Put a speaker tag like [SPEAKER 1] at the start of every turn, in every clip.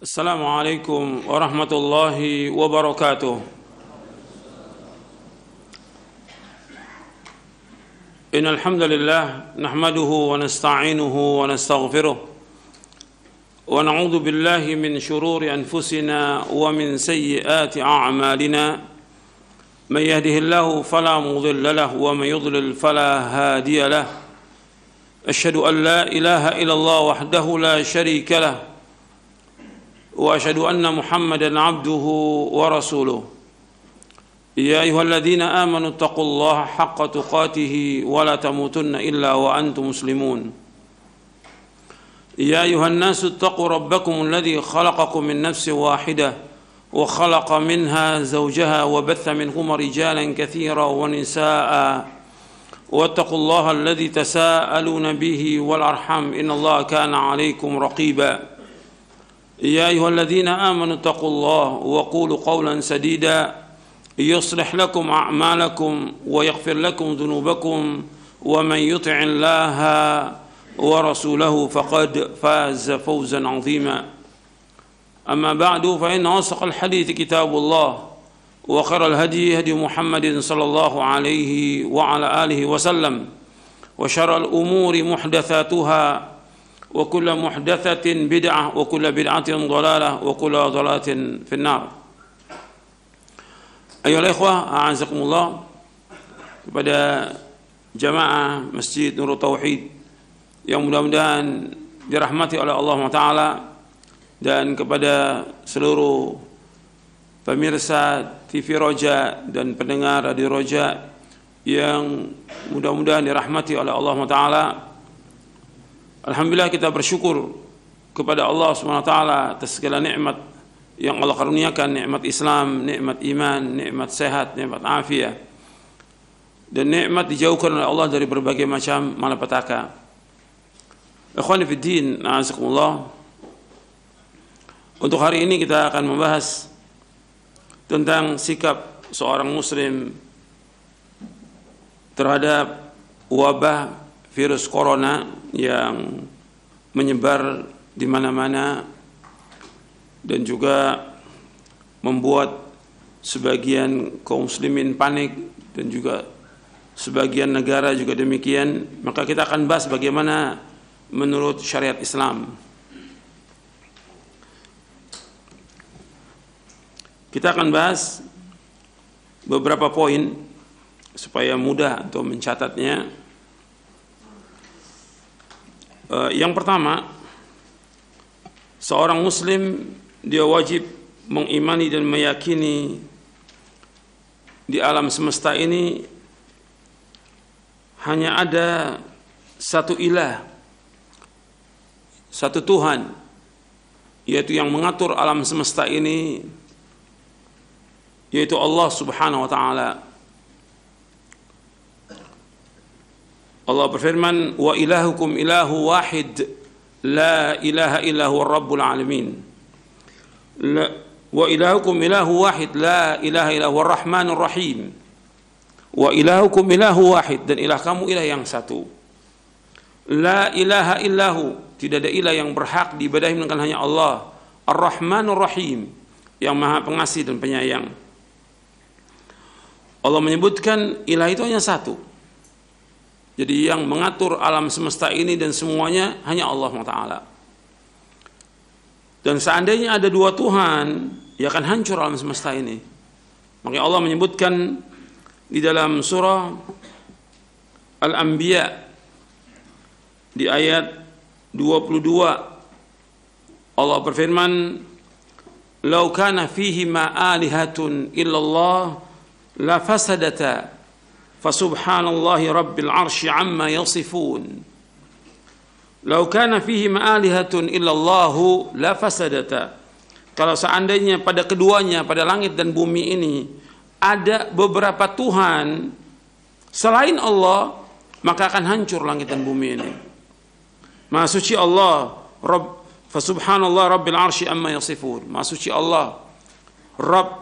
[SPEAKER 1] السلام عليكم ورحمة الله وبركاته. إن الحمد لله نحمده ونستعينه ونستغفره ونعوذ بالله من شرور أنفسنا ومن سيئات أعمالنا. من يهده الله فلا مضل له ومن يضلل فلا هادي له. أشهد أن لا إله إلا الله وحده لا شريك له وأشهد أن محمدا عبده ورسوله. يا أيها الذين آمنوا اتقوا الله حق تقاته ولا تموتن إلا وأنتم مسلمون. يا أيها الناس اتقوا ربكم الذي خلقكم من نفس واحدة وخلق منها زوجها وبث منهما رجالا كثيرا ونساء واتقوا الله الذي تساءلون به والأرحام إن الله كان عليكم رقيبا. يا أيها الذين آمنوا اتقوا الله وقولوا قولا سديدا يصلح لكم أعمالكم ويغفر لكم ذنوبكم ومن يطع الله ورسوله فقد فاز فوزا عظيما. أما بعد فإن أصدق الحديث كتاب الله وخير الهدي هدي محمد صلى الله عليه وعلى آله وسلم وشر الأمور محدثاتها وكل محدثة بدعة وكل بدعة ضلالة وكل ضلالة في النار. Ayolah ikhwah, a'azakumullah, kepada jamaah Masjid Nurul Tauhid yang mudah-mudahan dirahmati oleh Allah Ta'ala, dan kepada seluruh pemirsa TV Roja dan pendengar Radio Roja yang mudah-mudahan dirahmati oleh Allah Ta'ala. Alhamdulillah, kita bersyukur kepada Allah SWT atas segala nikmat yang Allah karuniakan, nikmat Islam, nikmat iman, nikmat sehat, nikmat afiat, dan nikmat dijauhkan oleh Allah dari berbagai macam malapetaka. Ikhwani fid din, a'azakumullah. Untuk hari ini kita akan membahas tentang sikap seorang muslim terhadap wabah virus corona yang menyebar di mana-mana dan juga membuat sebagian kaum muslimin panik dan juga sebagian negara juga demikian. Maka kita akan bahas bagaimana menurut syariat Islam. Kita akan bahas beberapa poin supaya mudah untuk mencatatnya. Yang pertama, seorang muslim dia wajib mengimani dan meyakini di alam semesta ini hanya ada satu ilah, satu Tuhan, yaitu yang mengatur alam semesta ini, yaitu Allah Subhanahu wa Ta'ala. Allah berfirman, wa ilahukum ilahu wahid la ilaha illa huwa rabbul alamin. Wa ilahukum ilahu wahid la ilaha illa huwa rahmanur rahim. Wa ilahukum ilahu wahid, dan ilah kamu ilah yang satu. La ilaha illahu, tidak ada ilah yang berhak diibadahi melainkan hanya Allah. Ar-Rahmanur Rahim, yang maha pengasih dan penyayang. Allah menyebutkan ilah itu hanya satu. Jadi yang mengatur alam semesta ini dan semuanya hanya Allah Ta'ala. Dan seandainya ada dua Tuhan, ya akan hancur alam semesta ini. Makanya Allah menyebutkan di dalam surah Al-Anbiya di ayat 22, Allah berfirman, "Lau kana fihi ma alihatun illallah la fasadata fasubhanallahi rabbil arsy amma yasifun." Lau kana fihi ma'alihatun illallahu la fasadata. Kalau seandainya pada keduanya, pada langit dan bumi ini ada beberapa Tuhan selain Allah, maka akan hancur langit dan bumi ini. Maha suci Allah, Rabb, fasubhanallah rabbil arsy amma yasifun. Maha suci Allah, Rabb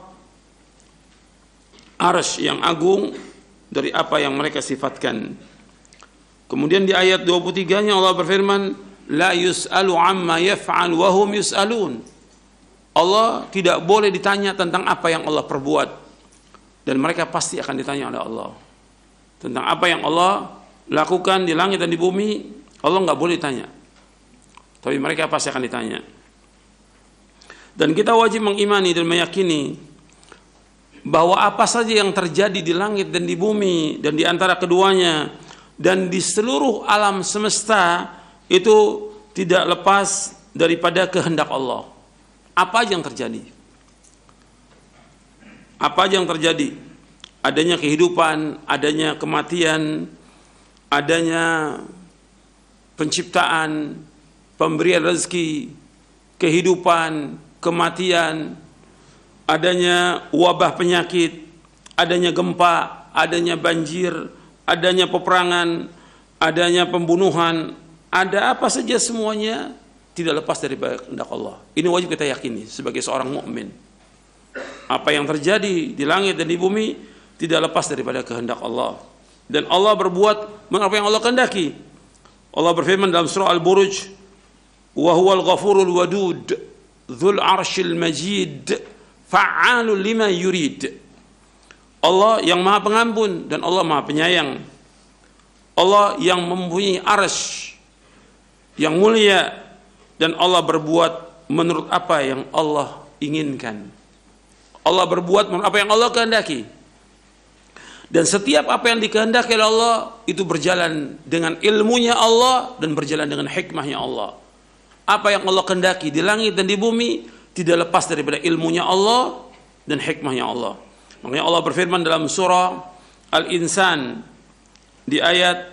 [SPEAKER 1] arsy yang agung dari apa yang mereka sifatkan. Kemudian di ayat 23-nya Allah berfirman, la yus'alu amma yaf'al wa hum yus'alun. Allah tidak boleh ditanya tentang apa yang Allah perbuat, dan mereka pasti akan ditanya oleh Allah tentang apa yang Allah lakukan di langit dan di bumi. Allah nggak boleh ditanya, tapi mereka pasti akan ditanya. Dan kita wajib mengimani dan meyakini bahwa apa saja yang terjadi di langit dan di bumi dan di antara keduanya dan di seluruh alam semesta itu tidak lepas daripada kehendak Allah. Apa aja yang terjadi? Apa aja yang terjadi? Adanya kehidupan, adanya kematian, adanya penciptaan, pemberian rezeki, kehidupan, kematian, adanya wabah penyakit, adanya gempa, adanya banjir, adanya peperangan, adanya pembunuhan, ada apa saja semuanya tidak lepas dari kehendak Allah. Ini wajib kita yakini sebagai seorang mukmin. Apa yang terjadi di langit dan di bumi tidak lepas daripada kehendak Allah. Dan Allah berbuat apa yang Allah kehendaki. Allah berfirman dalam surah Al-Buruj, "Wa huwal ghafurul wadud, dzul 'arsyil majid, fa'alul lima yurid." Allah yang Maha Pengampun dan Allah Maha Penyayang. Allah yang mempunyai arsy yang mulia, dan Allah berbuat menurut apa yang Allah inginkan. Allah berbuat menurut apa yang Allah kehendaki. Dan setiap apa yang dikehendaki oleh Allah itu berjalan dengan ilmunya Allah dan berjalan dengan hikmahnya Allah. Apa yang Allah kehendaki di langit dan di bumi tidak lepas daripada ilmunya Allah dan hikmahnya Allah. Makanya Allah berfirman dalam surah Al-Insan di ayat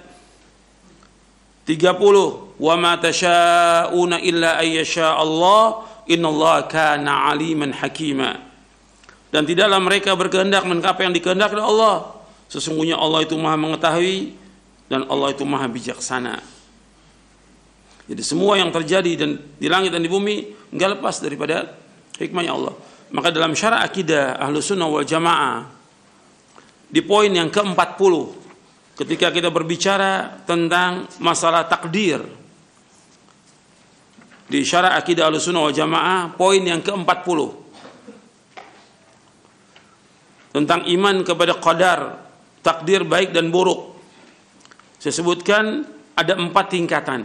[SPEAKER 1] 30, "Wa ma tasyauna illa ayyasha Allah, innallaha kana aliman hakima." Dan tidaklah mereka berkehendak melainkan apa yang dikehendaki oleh Allah. Sesungguhnya Allah itu Maha mengetahui dan Allah itu Maha bijaksana. Jadi semua yang terjadi dan di langit dan di bumi enggak lepas daripada hikmahnya Allah. Maka dalam syarah akidah Ahlussunnah wal Jamaah di poin yang ke-40, ketika kita berbicara tentang masalah takdir, di syarah akidah Ahlussunnah wal Jamaah poin yang ke-40 tentang iman kepada qadar, takdir baik dan buruk, saya sebutkan ada 4 tingkatan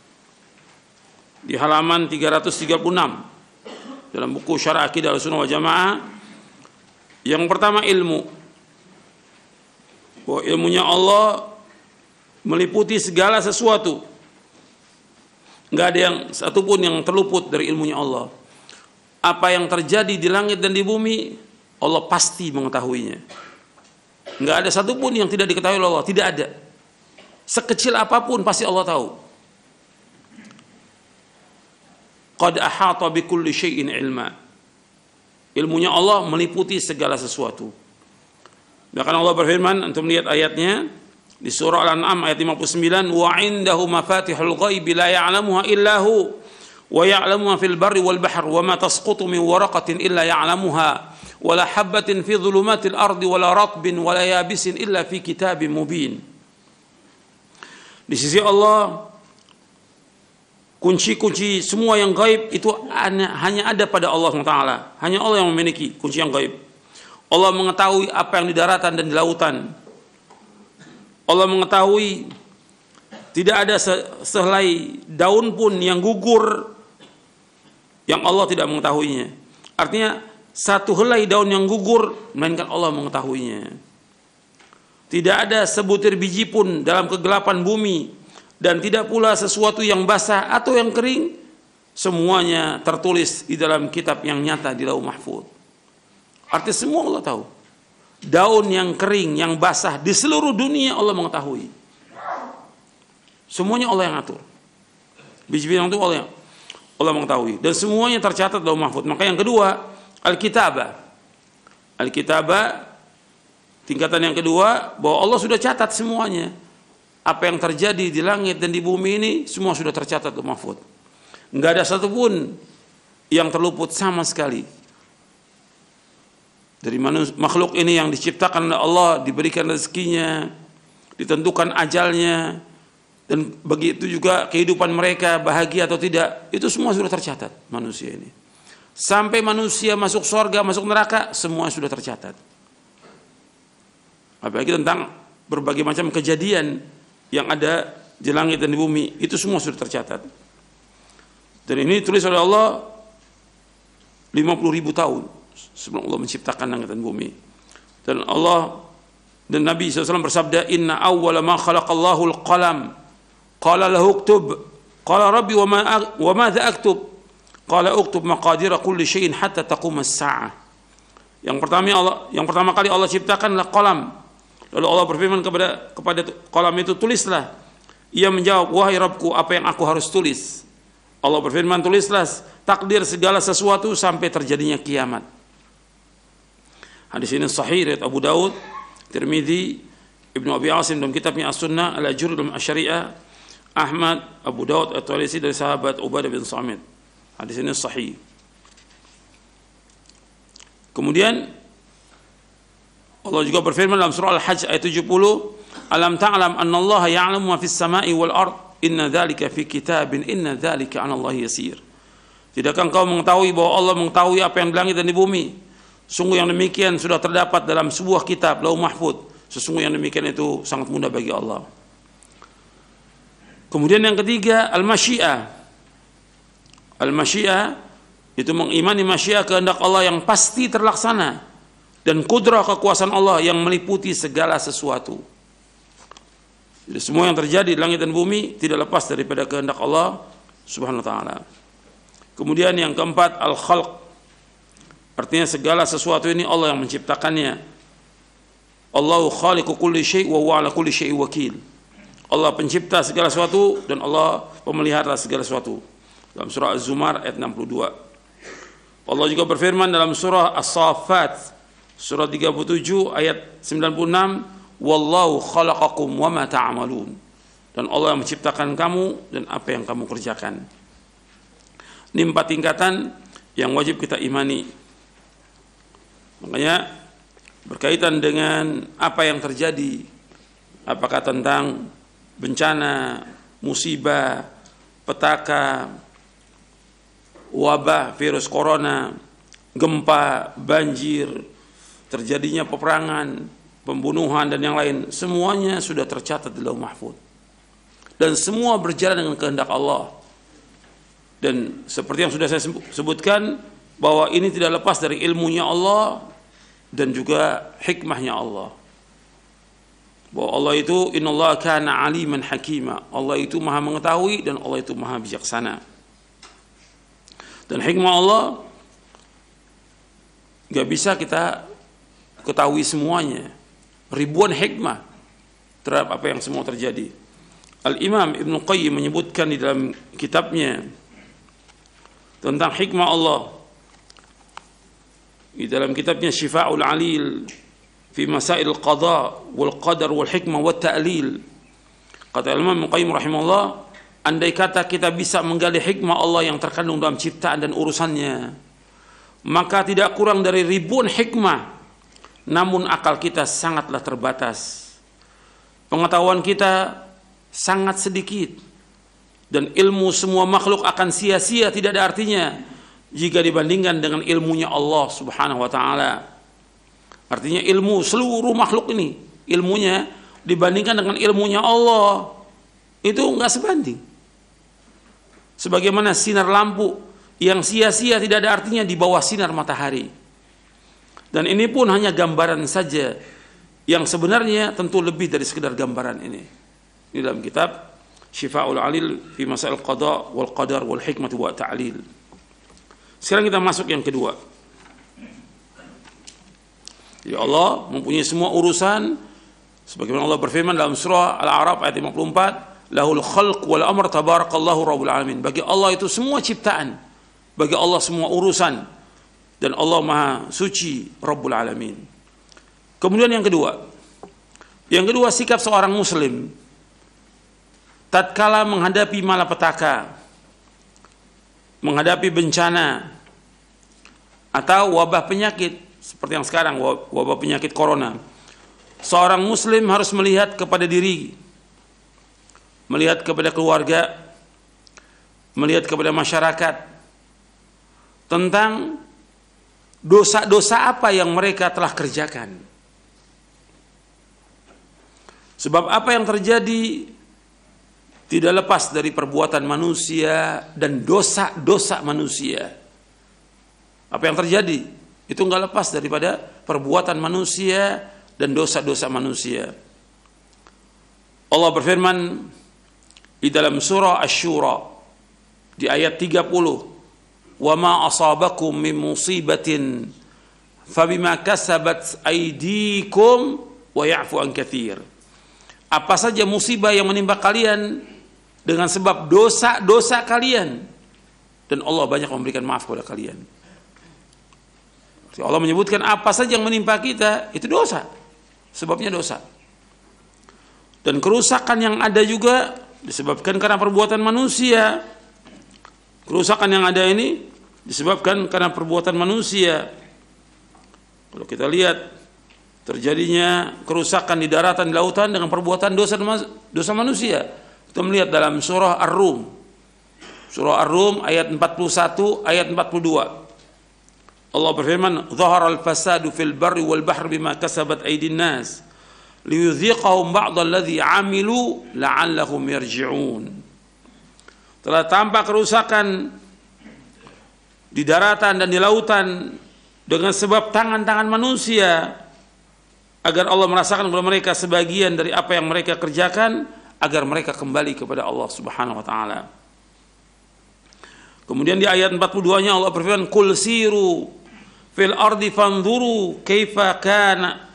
[SPEAKER 1] di halaman 336 dalam buku Syarah Aqidah Ahlussunnah wal Jamaah. Yang pertama ilmu, bahwa ilmunya Allah meliputi segala sesuatu, nggak ada yang satupun yang terluput dari ilmunya Allah. Apa yang terjadi di langit dan di bumi Allah pasti mengetahuinya. Nggak ada satupun yang tidak diketahui oleh Allah, tidak ada. Sekecil apapun pasti Allah tahu. Qad ahata bi kulli syai'in ilma. Ilmunya Allah meliputi segala sesuatu. Bahkan Allah berfirman, antum lihat ayatnya di surah Al-An'am ayat 59, "Wa 'indahu mafatihul ghaibi la ya'lamuha illa hu wa ya'lamu ma fil barri wal bahr wa ma tasqutu min waraqatin illa ya'lamuha wa la habatin fi dhulumatil ardi wa la ratbin wa la yabisin illa fi kitabim mubin." Di sisi Allah kunci-kunci semua yang gaib itu hanya ada pada Allah SWT. Hanya Allah yang memiliki kunci yang gaib. Allah mengetahui apa yang di daratan dan di lautan. Allah mengetahui tidak ada sehelai daun pun yang gugur yang Allah tidak mengetahuinya. Artinya satu helai daun yang gugur melainkan Allah mengetahuinya. Tidak ada sebutir biji pun dalam kegelapan bumi, dan tidak pula sesuatu yang basah atau yang kering, semuanya tertulis di dalam kitab yang nyata di Lauh Mahfuz. Artinya semua Allah tahu. Daun yang kering, yang basah di seluruh dunia Allah mengetahui. Semuanya Allah yang atur. Biji-biji itu Allah mengetahui, dan semuanya tercatat di Lauh Mahfuz. Maka yang kedua, Al-Kitabah. Al-Kitabah tingkatan yang kedua, bahwa Allah sudah catat semuanya. Apa yang terjadi di langit dan di bumi ini semua sudah tercatat di Mahfuz. Enggak ada satupun yang terluput sama sekali. Dari makhluk ini yang diciptakan oleh Allah, diberikan rezekinya, ditentukan ajalnya, dan begitu juga kehidupan mereka bahagia atau tidak, itu semua sudah tercatat manusia ini. sampai manusia masuk surga, masuk neraka, semua sudah tercatat. Apalagi tentang berbagai macam kejadian yang ada di langit dan di bumi, itu semua sudah tercatat. Dan ini ditulis oleh Allah 50.000 tahun sebelum Allah menciptakan langit dan bumi. Dan Allah dan Nabi SAW bersabda, inna awwala ma khalaqallahu al-qalam qala lahu uktub qala rabbi wa madza aktub qala uktub maqadira kulli syai'in hatta taqum as-sa'ah. Yang pertama kali Allah ciptakanlah qalam. Lalu Allah berfirman kepada qalam itu, tulislah. Ia menjawab, wahai Rabbku, apa yang aku harus tulis? Allah berfirman, tulislah takdir segala sesuatu sampai terjadinya kiamat. Hadis ini sahih riwayat Abu Daud, Tirmidzi, Ibnu Abi Asim dalam kitabnya As-Sunnah, Al-Ajur dalam Asy-Syari'ah, Ahmad, Abu Daud At-Tawalisi dari sahabat Ubadah bin Samit. Hadis ini sahih. Kemudian Allah juga berfirman dalam surah Al-Hajj ayat 70, alam ta'lam anna Allah ya'lamu ma fis sama'i wal ard inna dzalika fi kitabin inna dzalika 'ala Allah yasir. Tidakkah engkau mengetahui bahwa Allah mengetahui apa yang di langit dan di bumi? Sungguh yang demikian sudah terdapat dalam sebuah kitab Lauh Mahfuz. Sesungguh yang demikian itu sangat mudah bagi Allah. Kemudian yang ketiga, al-masyiah. Al-masyiah itu mengimani masyiah, kehendak Allah yang pasti terlaksana, dan kudrah kekuasaan Allah yang meliputi segala sesuatu. Jadi semua yang terjadi di langit dan bumi tidak lepas daripada kehendak Allah Subhanahu wa taala. Kemudian yang keempat, al-khalq. Artinya segala sesuatu ini Allah yang menciptakannya. Allahu khaliqu kulli syai' wa huwa 'ala kulli syai'in wakil. Allah pencipta segala sesuatu dan Allah pemelihara segala sesuatu. Dalam surah Az-Zumar ayat 62. Allah juga berfirman dalam surah As-Saffat surah 37 ayat 96, wallahu khalaqakum wa ma ta'malun. Dan Allah yang menciptakan kamu dan apa yang kamu kerjakan. Ini 4 tingkatan yang wajib kita imani. Makanya berkaitan dengan apa yang terjadi, apakah tentang bencana, musibah, petaka, wabah virus corona, gempa, banjir, terjadinya peperangan, pembunuhan dan yang lain, semuanya sudah tercatat di Lauh Mahfuz. Dan semua berjalan dengan kehendak Allah. Dan seperti yang sudah saya sebutkan, bahwa ini tidak lepas dari ilmunya Allah dan juga hikmahnya Allah. Bahwa Allah itu innallaha kana aliman hakima. Allah itu maha mengetahui dan Allah itu maha bijaksana. Dan hikmah Allah gak bisa kita ketahui semuanya. Ribuan hikmah terhadap apa yang semua terjadi. Al-Imam Ibnu Qayyim menyebutkan di dalam kitabnya tentang hikmah Allah. Di dalam kitabnya Syifa'ul Alil fi Masail Qada wal Qadar wal Hikmah wat Ta'lil. Kata Imam Ibnu Qayyim rahimahullah, andai kata kita bisa menggali hikmah Allah yang terkandung dalam ciptaan dan urusannya, maka tidak kurang dari ribuan hikmah. Namun akal kita sangatlah terbatas. Pengetahuan kita sangat sedikit. Dan ilmu semua makhluk akan sia-sia, tidak ada artinya jika dibandingkan dengan ilmunya Allah Subhanahu wa taala. Artinya ilmu seluruh makhluk ini, ilmunya dibandingkan dengan ilmunya Allah, itu enggak sebanding. Sebagaimana sinar lampu yang sia-sia tidak ada artinya di bawah sinar matahari. Dan ini pun hanya gambaran saja, yang sebenarnya tentu lebih dari sekedar gambaran ini. Di dalam kitab Syifa'ul Alil fi Masail Qada wal Qadar wal Hikmah wa Ta'lil. Sekarang kita masuk yang kedua. Jadi Allah mempunyai semua urusan sebagaimana Allah berfirman dalam surah Al-A'raf ayat 54, lahul khalq wal amr tabarakallahu rabbul alamin. Bagi Allah itu semua ciptaan, bagi Allah semua urusan, dan Allah Maha Suci Rabbul Alamin. Kemudian yang kedua sikap seorang muslim tatkala menghadapi malapetaka, menghadapi bencana atau wabah penyakit seperti yang sekarang, wabah penyakit corona. Seorang muslim harus melihat kepada diri, melihat kepada keluarga, melihat kepada masyarakat, tentang dosa-dosa apa yang mereka telah kerjakan. Sebab apa yang terjadi tidak lepas dari perbuatan manusia dan dosa-dosa manusia. Apa yang terjadi itu enggak lepas daripada perbuatan manusia dan dosa-dosa manusia. Allah berfirman di dalam surah Asy-Syura di ayat 30, "Wa ma asabakum min musibatin fabima kasabat aydikum wa ya'fu an katsir." Apa saja musibah yang menimpa kalian dengan sebab dosa-dosa kalian, dan Allah banyak memberikan maaf kepada kalian. Allah menyebutkan apa saja yang menimpa kita itu dosa, sebabnya dosa. Dan kerusakan yang ada juga disebabkan karena perbuatan manusia. Kerusakan yang ada ini disebabkan karena perbuatan manusia. Kalau kita lihat terjadinya kerusakan di daratan, di lautan dengan perbuatan dosa manusia. Kita melihat dalam surah Ar-Rum. Surah Ar-Rum ayat 41, ayat 42. Allah berfirman, "Dhaharal fasadu fil barri wal bahri bima kasabat aydin nas liyudhiqahum ba'dal ladzi 'amilu la'allahum yarji'un." Telah tampak kerusakan di daratan dan di lautan dengan sebab tangan-tangan manusia, agar Allah merasakan kepada mereka sebagian dari apa yang mereka kerjakan, agar mereka kembali kepada Allah Subhanahu wa taala. Kemudian di ayat 42-nya Allah berfirman, "Qul siru fil ardi fanzuru kaifa kana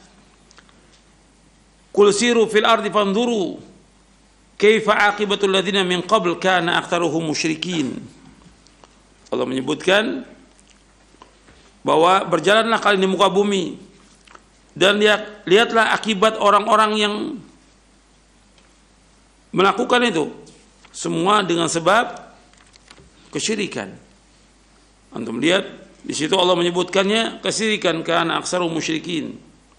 [SPEAKER 1] Qul siru fil ardi fanzuru kaifa aqibatul ladzina min qabl kana aktsaruhum musyrikin." Allah menyebutkan bahwa berjalanlah kalian di muka bumi dan lihatlah akibat orang-orang yang melakukan itu, semua dengan sebab kesyirikan. Antum lihat di situ Allah menyebutkannya kesyirikan, karena aktsaruhum musyrikin.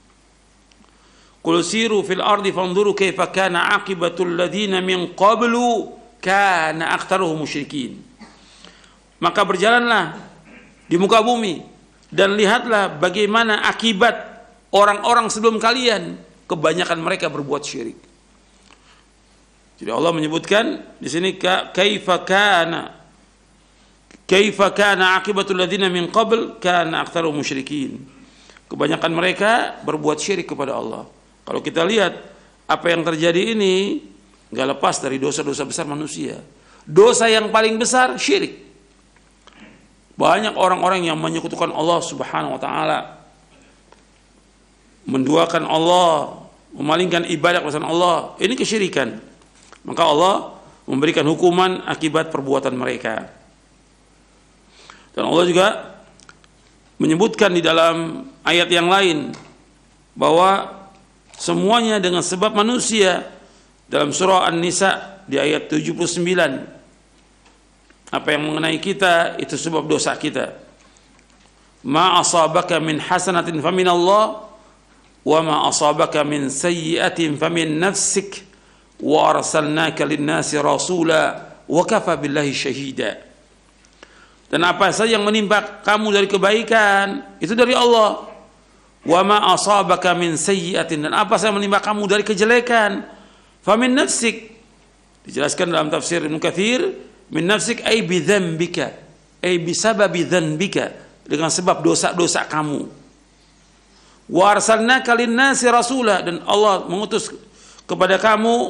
[SPEAKER 1] Qul siru fil ardi fanzuru kaifa kana aqibatul ladzina min qablu kana aktsaruhum musyrikin. Maka berjalanlah di muka bumi dan lihatlah bagaimana akibat orang-orang sebelum kalian, kebanyakan mereka berbuat syirik. Jadi Allah menyebutkan di sini kaifa kana aqibatul ladzina min qabl kana aktsaruhum musyrikin. Kebanyakan mereka berbuat syirik kepada Allah. Kalau kita lihat apa yang terjadi ini, enggak lepas dari dosa-dosa besar manusia. Dosa yang paling besar syirik. Banyak orang-orang yang menyekutukan Allah Subhanahu wa taala, menduakan Allah, memalingkan ibadah kepada Allah. Ini kesyirikan. Maka Allah memberikan hukuman akibat perbuatan mereka. Dan Allah juga menyebutkan di dalam ayat yang lain bahwa semuanya dengan sebab manusia. Dalam surah An-Nisa di ayat 79, apa yang mengenai kita itu sebab dosa kita. Ma asabaka min hasanatin faminallah wa ma asabaka min sayyi'atin famin nafsik wa arsalnaka lin-nasi rasula wa kafa billahi syahida. Dan apa saja yang menimpa kamu dari kebaikan itu dari Allah. Wa ma asabaka min sayyi'atin, dan apa saja yang menimpa kamu dari kejelekan famin nafsik. Dijelaskan dalam tafsir Ibnu Katsir, min nafsik ay bi dzambika, ay bi sababi dzambika, dengan sebab dosa-dosa kamu. Wa arsalnaka lin-nasi rasula, dan Allah mengutus kepada kamu,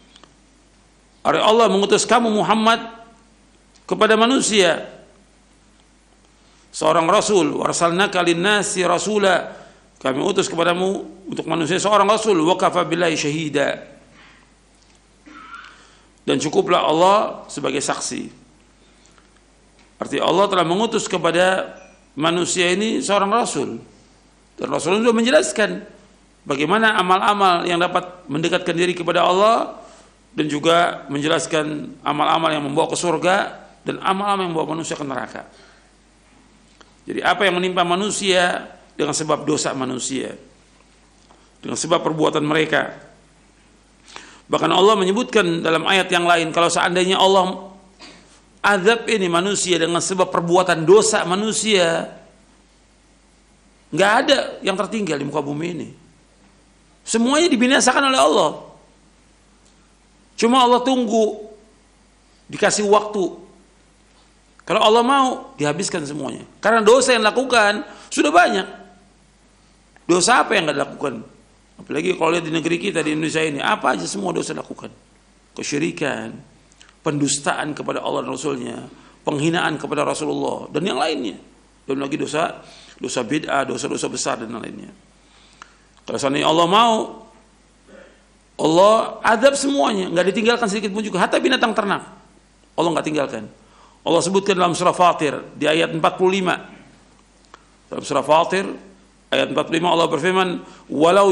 [SPEAKER 1] Allah mengutus kamu Muhammad kepada manusia seorang rasul. Wa arsalnaka lin-nasi rasula, kami utus kepadamu untuk manusia seorang rasul. Wa kafa billahi syahida, dan cukuplah Allah sebagai saksi. Artinya Allah telah mengutus kepada manusia ini seorang rasul. Dan Rasulullah juga menjelaskan bagaimana amal-amal yang dapat mendekatkan diri kepada Allah, dan juga menjelaskan amal-amal yang membawa ke surga dan amal-amal yang membawa manusia ke neraka. Jadi apa yang menimpa manusia dengan sebab dosa manusia, dengan sebab perbuatan mereka. Bahkan Allah menyebutkan dalam ayat yang lain, kalau seandainya Allah azab ini manusia dengan sebab perbuatan dosa manusia, nggak ada yang tertinggal di muka bumi ini. Semuanya dibinasakan oleh Allah. Cuma Allah tunggu, dikasih waktu. Kalau Allah mau, dihabiskan semuanya. Karena dosa yang dilakukan sudah banyak. Dosa apa yang nggak dilakukan? Apalagi kalau lihat di negeri kita, di Indonesia ini, apa aja semua dosa dilakukan. Kesyirikan, pendustaan kepada Allah dan Rasulnya, penghinaan kepada Rasulullah, dan yang lainnya. Dan lagi dosa bid'ah, dosa-dosa besar dan yang lainnya. Kalau seandainya Allah mau, Allah azab semuanya, nggak ditinggalkan sedikit pun juga. Hatta binatang ternak, Allah nggak tinggalkan. Allah sebutkan dalam surah Fatir di ayat 45. Dalam surah Fatir ayat 45 Allah berfirman, "Walau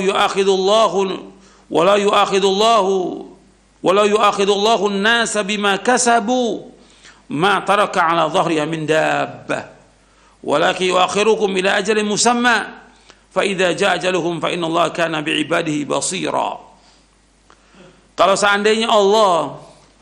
[SPEAKER 1] yu'akhidullahu an-nasa bima kasabu ma taraka 'ala dhahriha min dabbah. Walakin yu'akhirukum ila ajalin musamma fa idza ja'a ajaluhum fa innallaha kana bi'ibadihi basira." Kalau seandainya Allah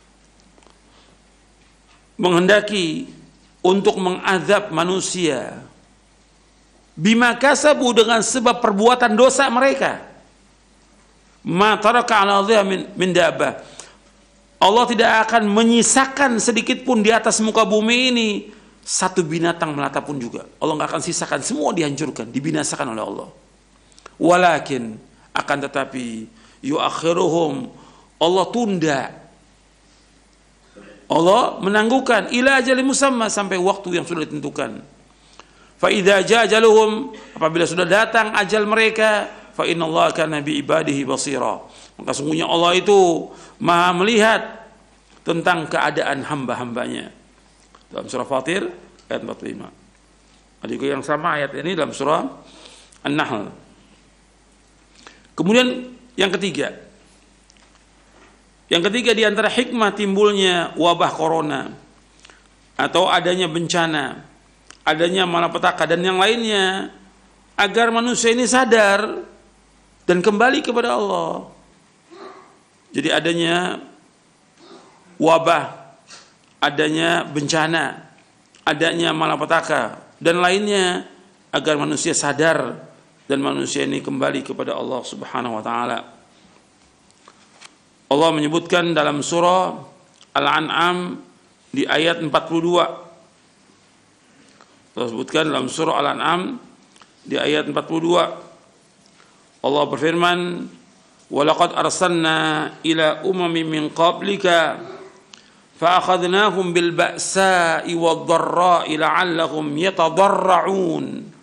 [SPEAKER 1] menghendaki untuk mengadab manusia bima kasabu dengan sebab perbuatan dosa mereka, ma taraka 'ala dhahriha min dabbah, Allah tidak akan menyisakan sedikit pun di atas muka bumi ini satu binatang melata pun juga. Allah nggak akan sisakan, semua dihancurkan, dibinasakan oleh Allah. Walakin, akan tetapi, yuakhiruhum, Allah tunda, Allah menangguhkan ila ajalin musamma, sampai waktu yang sudah ditentukan. Fa idza jaa ajaluhum, apabila sudah datang ajal mereka, fa innallaha kana bi ibadihi basira, maka sungguhnya Allah itu Maha melihat tentang keadaan hamba-hambanya. Dalam surah Fatir ayat 45. Ada juga yang sama ayat ini dalam surah An-Nahl. Kemudian yang ketiga di antara hikmah timbulnya wabah corona atau adanya bencana, adanya malapetaka dan yang lainnya, agar manusia ini sadar dan kembali kepada Allah. Jadi adanya wabah, adanya bencana, adanya malapetaka dan lainnya, agar manusia sadar dan manusia ini kembali kepada Allah Subhanahu wa taala. Allah menyebutkan dalam surah Al-An'am di ayat 42. Allah sebutkan dalam surah Al-An'am di ayat 42. Allah berfirman, "Walaqad arsalna ila umamin min qablika فأخذناهم بالبأساء والضراء لعلهم يتضرعون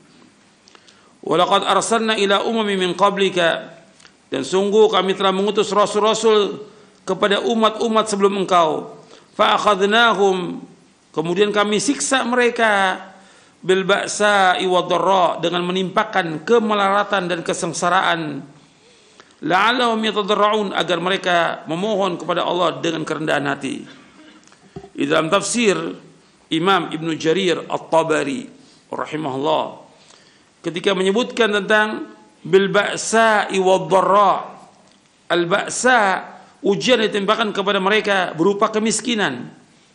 [SPEAKER 1] ولقد أرسلنا إلى أمم من قبلك." Dan sungguh kami telah mengutus rasul-rasul kepada umat-umat sebelum engkau. فأخذناهم, kemudian kami siksa mereka, بالبأساء والضراء, dengan menimpakan kemelaratan dan kesengsaraan, la'allahum yatadarra'un, agar mereka memohon kepada Allah dengan kerendahan hati. Di dalam tafsir Imam Ibn Jarir At-Tabari rahimahullah, ketika menyebutkan tentang bil ba'sa'i wad dharra, al ba'sa, ujian ditimpakan kepada mereka berupa kemiskinan,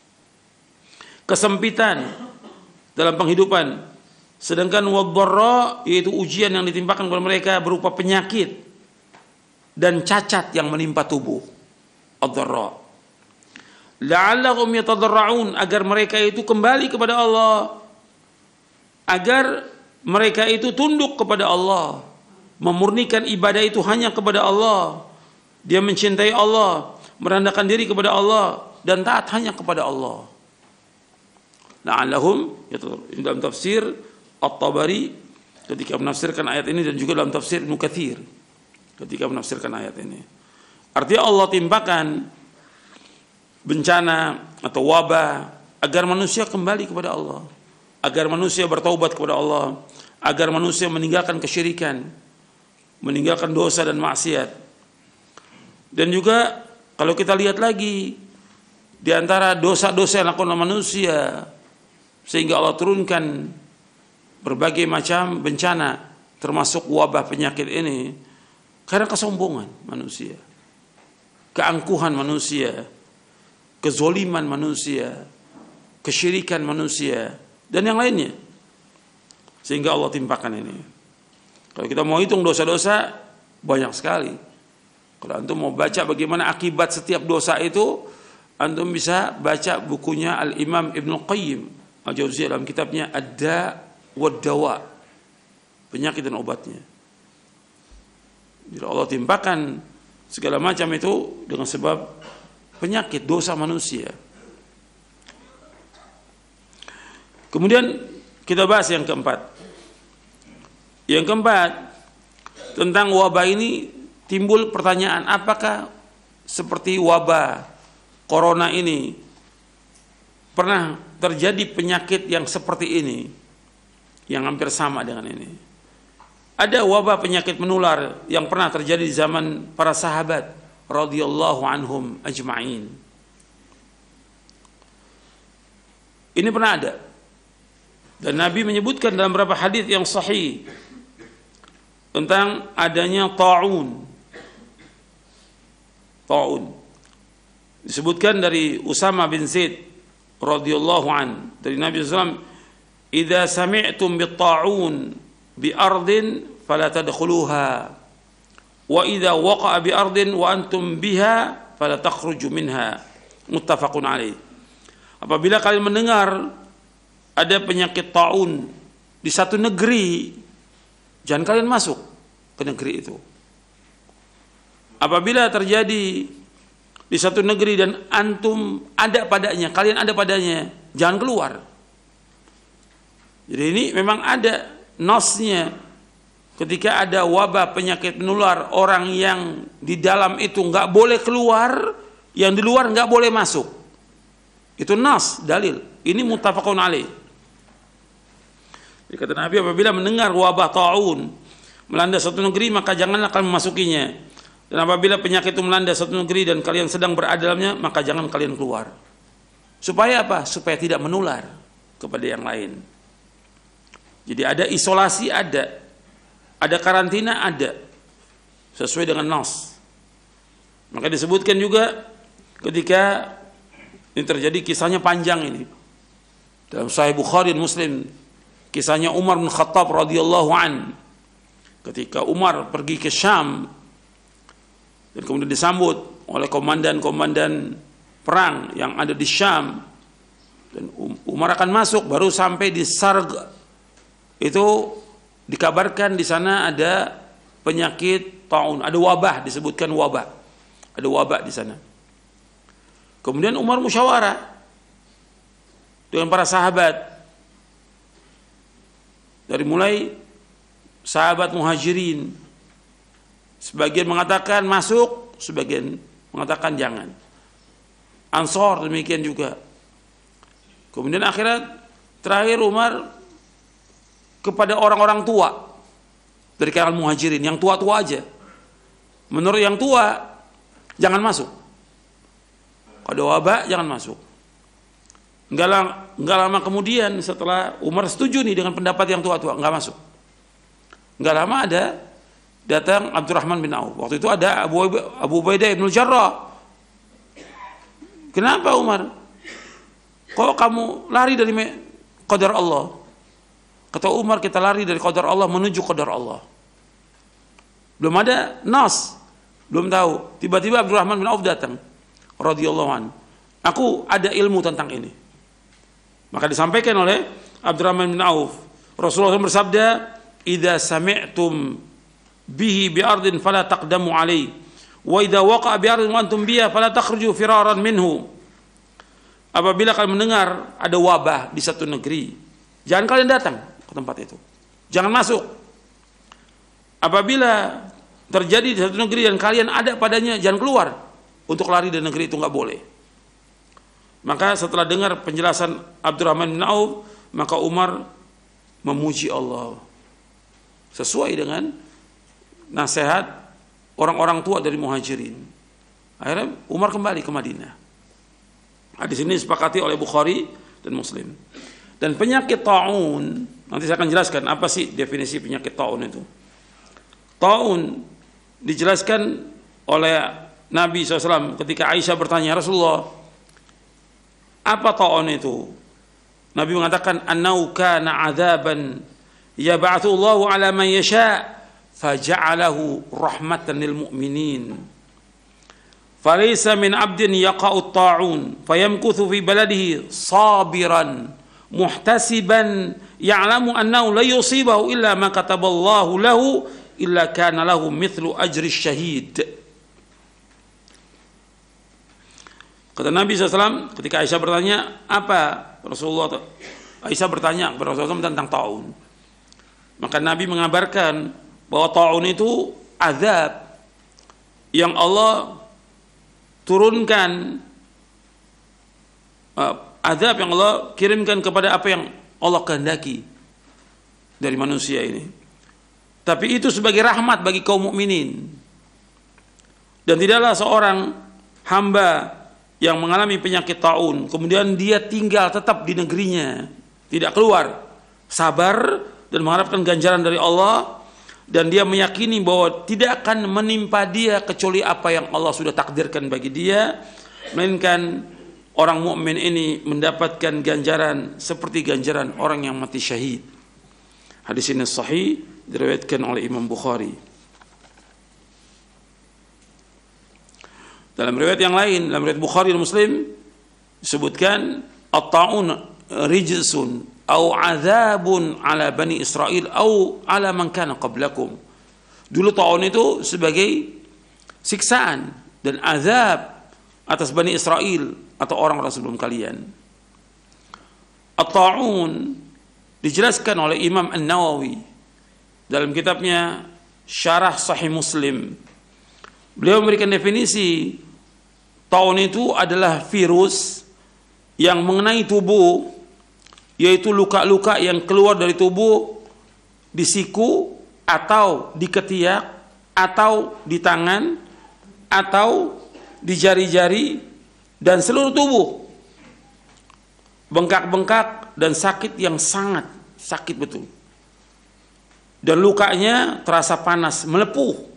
[SPEAKER 1] kesempitan dalam penghidupan, sedangkan wad dharra yaitu ujian yang ditimpakan kepada mereka berupa penyakit dan cacat yang menimpa tubuh. Ad-dharra, la'allahum yatadarra'un, agar mereka itu kembali kepada Allah, agar mereka itu tunduk kepada Allah, memurnikan ibadah itu hanya kepada Allah, dia mencintai Allah, merendahkan diri kepada Allah dan taat hanya kepada Allah. La'allahum yatadarra'un. Dalam tafsir At-Tabari ketika menafsirkan ayat ini, dan juga dalam tafsir Ibnu Katsir ketika menafsirkan ayat ini, artinya Allah timpakan bencana atau wabah agar manusia kembali kepada Allah, agar manusia bertaubat kepada Allah, agar manusia meninggalkan kesyirikan, meninggalkan dosa dan maksiat. Dan juga kalau kita lihat lagi di antara dosa-dosa yang dilakukan oleh manusia sehingga Allah turunkan berbagai macam bencana termasuk wabah penyakit ini, karena kesombongan manusia, keangkuhan manusia, kezoliman manusia, kesyirikan manusia, dan yang lainnya. Sehingga Allah timpakan ini. Kalau kita mau hitung dosa-dosa, banyak sekali. Kalau antum mau baca bagaimana akibat setiap dosa itu, antum bisa baca bukunya Al-Imam Ibnu Qayyim Al-Jauziyah dalam kitabnya Ad-Da' wad Dawa, penyakit dan obatnya. Jadi Allah timpakan segala macam itu dengan sebab penyakit dosa manusia. Kemudian kita bahas yang keempat. Yang keempat, tentang wabah ini timbul pertanyaan, apakah seperti wabah corona ini pernah terjadi penyakit yang seperti ini, yang hampir sama dengan ini? Ada wabah penyakit menular yang pernah terjadi di zaman para sahabat radhiyallahu anhum ajma'in. Ini pernah ada. Dan Nabi menyebutkan dalam beberapa hadis yang sahih tentang adanya ta'un. Ta'un. Disebutkan dari Usama bin Zaid radhiyallahu an dari Nabi sallallahu alaihi wasallam, "Idza sami'tum bit-ta'un bi ardin fala tadkhuluha wa idza waqa'a bi ardin wa antum biha fala takhruju minha." Muttafaqun alaih. Apabila kalian mendengar ada penyakit ta'un di satu negeri, jangan kalian masuk ke negeri itu. Apabila terjadi di satu negeri dan antum ada padanya, kalian ada padanya, jangan keluar. Jadi ini memang ada nasnya. Ketika ada wabah penyakit menular, orang yang di dalam itu nggak boleh keluar, yang di luar nggak boleh masuk. Itu nas, dalil. Ini muttafaqun alaih. Jadi kata Nabi, apabila mendengar wabah ta'un melanda satu negeri, maka janganlah kalian memasukinya. Dan apabila penyakit itu melanda satu negeri dan kalian sedang berada dalamnya, maka jangan kalian keluar. Supaya apa? Supaya tidak menular kepada yang lain. Jadi ada isolasi, ada karantina, ada sesuai dengan nas. Maka disebutkan juga ketika ini terjadi, kisahnya panjang ini dalam Sahih Bukhari dan Muslim, kisahnya Umar bin Khattab radhiyallahu an, ketika Umar pergi ke Syam dan kemudian disambut oleh komandan-komandan perang yang ada di Syam, dan Umar akan masuk, baru sampai di Sarg itu dikabarkan di sana ada penyakit taun, ada wabah, disebutkan wabah, ada wabah di sana. Kemudian Umar musyawarah dengan para sahabat, dari mulai sahabat muhajirin, sebagian mengatakan masuk, sebagian mengatakan jangan. Ansor demikian juga. Kemudian akhirnya terakhir Umar kepada orang-orang tua dari kalangan muhajirin, yang tua-tua aja. Menurut yang tua, jangan masuk. Ada wabah, jangan masuk. Enggak lama kemudian setelah Umar setuju nih dengan pendapat yang tua-tua, enggak masuk. Enggak lama ada datang Abdurrahman bin Auf. Waktu itu ada Abu Ubaidah bin Jarrah. Kenapa Umar? Kok kamu lari dari qadar Allah? Kata Umar, kita lari dari qadar Allah menuju qadar Allah. Belum ada nas, belum tahu. Tiba-tiba Abdurrahman bin Auf datang radhiyallahu anhu. Aku ada ilmu tentang ini. Maka disampaikan oleh Abdurrahman bin Auf, Rasulullah bersabda, "Idza sami'tum bihi bi ardin fala taqdamu alaihi, wa idza waqa'a bi ardin wa antum biha fala takhruju firaran minhu." Apabila kalian mendengar ada wabah di satu negeri, jangan kalian datang ke tempat itu. Jangan masuk. Apabila terjadi di satu negeri dan kalian ada padanya, jangan keluar. Untuk lari dari negeri itu nggak boleh. Maka setelah dengar penjelasan Abdurrahman bin Auf, maka Umar memuji Allah sesuai dengan nasihat orang-orang tua dari muhajirin. Akhirnya Umar kembali ke Madinah. Hadis ini disepakati oleh Bukhari dan Muslim. Dan penyakit taun, nanti saya akan jelaskan apa sih definisi penyakit taun itu. Taun dijelaskan oleh Nabi SAW ketika Aisyah bertanya, Rasulullah, apa taun itu? Nabi mengatakan annau kana adzaban yab'atsu Allahu 'ala man yasha' faja'alahu rahmatan lil mu'minin. Falaysa min 'abdin yaqa'u at-ta'un fayamkuthu fi baladihi sabiran muhtasiban ya'lamu annahu la yusibahu illa ma kataballahu lahu illa kana lahu mithlu ajri syahid. Kata Nabi SAW ketika Aisyah bertanya, apa Rasulullah? Aisyah bertanya kepada Rasulullah tentang ta'un. Maka Nabi mengabarkan bahwa ta'un itu azab yang Allah turunkan, azab yang Allah kirimkan kepada apa yang Allah kehendaki dari manusia ini. Tapi itu sebagai rahmat bagi kaum mukminin. Dan tidaklah seorang hamba yang mengalami penyakit taun, kemudian dia tinggal tetap di negerinya, tidak keluar, sabar dan mengharapkan ganjaran dari Allah, dan dia meyakini bahwa tidak akan menimpa dia kecuali apa yang Allah sudah takdirkan bagi dia, melainkan orang mukmin ini mendapatkan ganjaran seperti ganjaran orang yang mati syahid. Hadis ini sahih, diriwayatkan oleh Imam Bukhari. Dalam riwayat yang lain, dalam riwayat Bukhari dan Muslim disebutkan at-ta'un rijsun au adzabun ala bani Israil au ala man kana qablakum. Dulu ta'un itu sebagai siksaan dan azab atas bani Israel atau orang-orang sebelum kalian. At-ta'un dijelaskan oleh Imam An-Nawawi dalam kitabnya Syarah Sahih Muslim. Beliau memberikan definisi ta'un itu adalah virus yang mengenai tubuh, yaitu luka-luka yang keluar dari tubuh di siku atau di ketiak atau di tangan atau di jari-jari dan seluruh tubuh, bengkak-bengkak dan sakit yang sangat sakit betul, dan lukanya terasa panas, melepuh,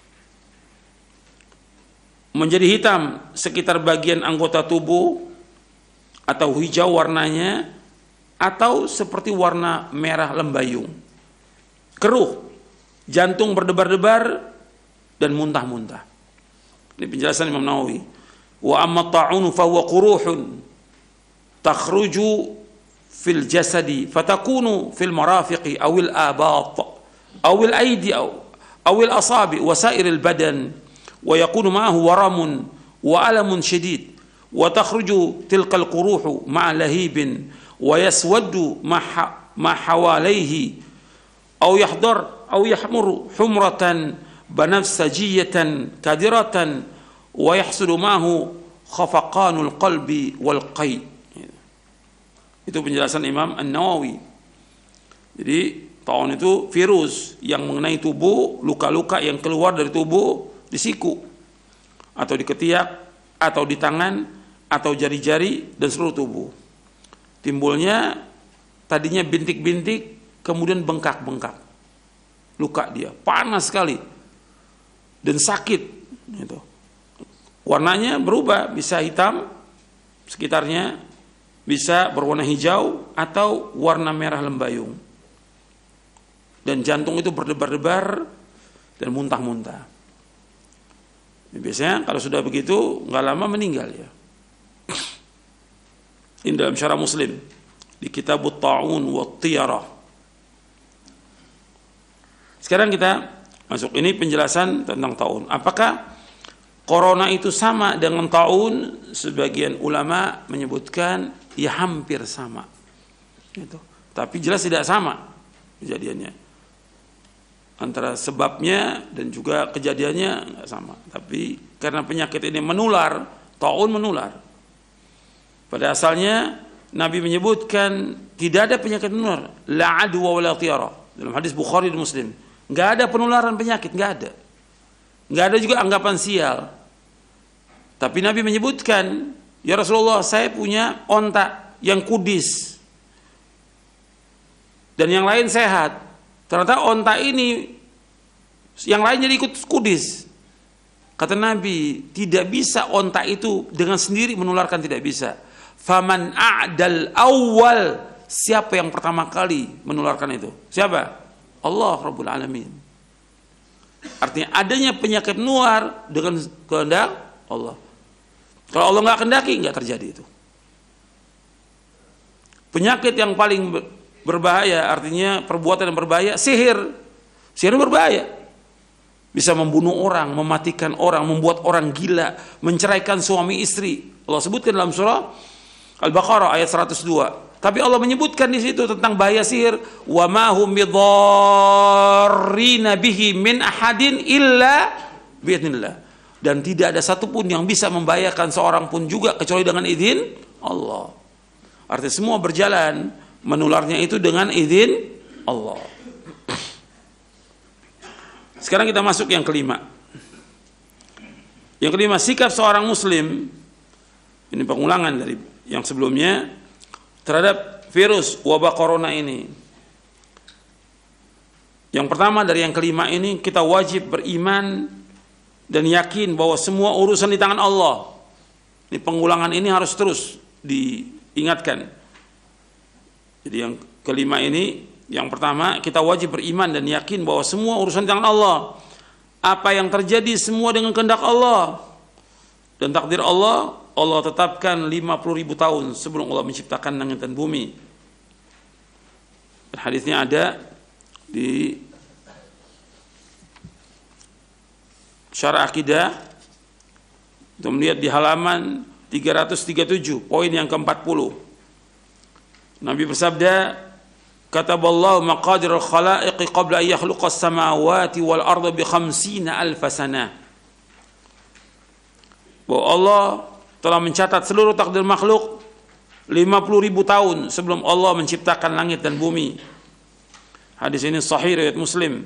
[SPEAKER 1] menjadi hitam sekitar bagian anggota tubuh atau hijau warnanya atau seperti warna merah lembayung, keruh, jantung berdebar-debar dan muntah-muntah. Ini penjelasan Imam Nawawi. Wa amma ta'unu fa huwa quruhun takhruju fil jasadi fatakunu fil marafiqi awil abat awil aidi awil asabi wa sairil badan wa yakunu ma'ahu waramun wa alamun syadid wa takhruju tilkal quruhu ma'a lahibin wa yaswaddu ma hawalayhi aw yahdar aw yahmuru humratan banafsajiyatan kadiratan wa yahsulu ma'ahu khafaqanul qalbi wal qay. Itu penjelasan Imam An-Nawawi. Jadi ta'un itu virus yang mengenai tubuh, luka-luka yang keluar dari tubuh di siku atau di ketiak atau di tangan atau jari-jari dan seluruh tubuh. Timbulnya tadinya bintik-bintik, kemudian bengkak-bengkak, luka dia panas sekali dan sakit gitu. Warnanya berubah, bisa hitam sekitarnya, bisa berwarna hijau atau warna merah lembayung, dan jantung itu berdebar-debar dan muntah-muntah. Biasanya kalau sudah begitu nggak lama meninggal ya. Ini dalam Syarah Muslim di Kitab At-Ta'un wa At-Tiyarah. Sekarang kita masuk, ini penjelasan tentang ta'un. Apakah corona itu sama dengan ta'un? Sebagian ulama menyebutkan ya hampir sama gitu. Tapi jelas tidak sama kejadiannya. Antara sebabnya dan juga kejadiannya nggak sama. Tapi karena penyakit ini menular, ta'un menular. Pada asalnya Nabi menyebutkan tidak ada penyakit menular, la adwa wa la tiyara, dalam hadis Bukhari dan Muslim. Nggak ada penularan penyakit, nggak ada. Nggak ada juga anggapan sial. Tapi Nabi menyebutkan, ya Rasulullah, saya punya onta yang kudis dan yang lain sehat. Ternyata onta ini yang lain jadi ikut kudis. Kata Nabi, tidak bisa onta itu dengan sendiri menularkan, tidak bisa. Faman a'dal awal, siapa yang pertama kali menularkan itu? Siapa? Allah Rabbul Alamin. Artinya adanya penyakit nular dengan kehendak Allah. Kalau Allah nggak kehendaki, nggak terjadi itu. Penyakit yang paling berbahaya, artinya perbuatan yang berbahaya, sihir. Sihir berbahaya. Bisa membunuh orang, mematikan orang, membuat orang gila, menceraikan suami istri. Allah sebutkan dalam surah Al-Baqarah ayat 102. Tapi Allah menyebutkan di situ tentang bahaya sihir, wa ma hum bidarrina bihi min ahadin illa biidznillah. Dan tidak ada satupun yang bisa membahayakan seorang pun juga kecuali dengan izin Allah. Artinya semua berjalan, menularnya itu dengan izin Allah. Sekarang kita masuk yang kelima. Yang kelima, sikap seorang muslim, ini pengulangan dari yang sebelumnya, terhadap virus wabah corona ini. Yang pertama dari yang kelima ini, kita wajib beriman dan yakin bahwa semua urusan di tangan Allah. Ini pengulangan ini harus terus diingatkan. Jadi yang kelima ini, yang pertama, kita wajib beriman dan yakin bahwa semua urusan di tangan Allah. Apa yang terjadi semua dengan kehendak Allah dan takdir Allah. Allah tetapkan 50.000 tahun sebelum Allah menciptakan langit dan bumi. Dan hadisnya ada di Syarah Aqidah. Kita melihat di halaman 337, poin yang ke-40. Nabi bersabda, kataballahu maqadirul khalaiqi qabla an yakhluqas samawati wal arda bi 50,000 sanah. Bahwa Allah telah mencatat seluruh takdir makhluk 50.000 tahun sebelum Allah menciptakan langit dan bumi. Hadis ini sahih riwayat Muslim,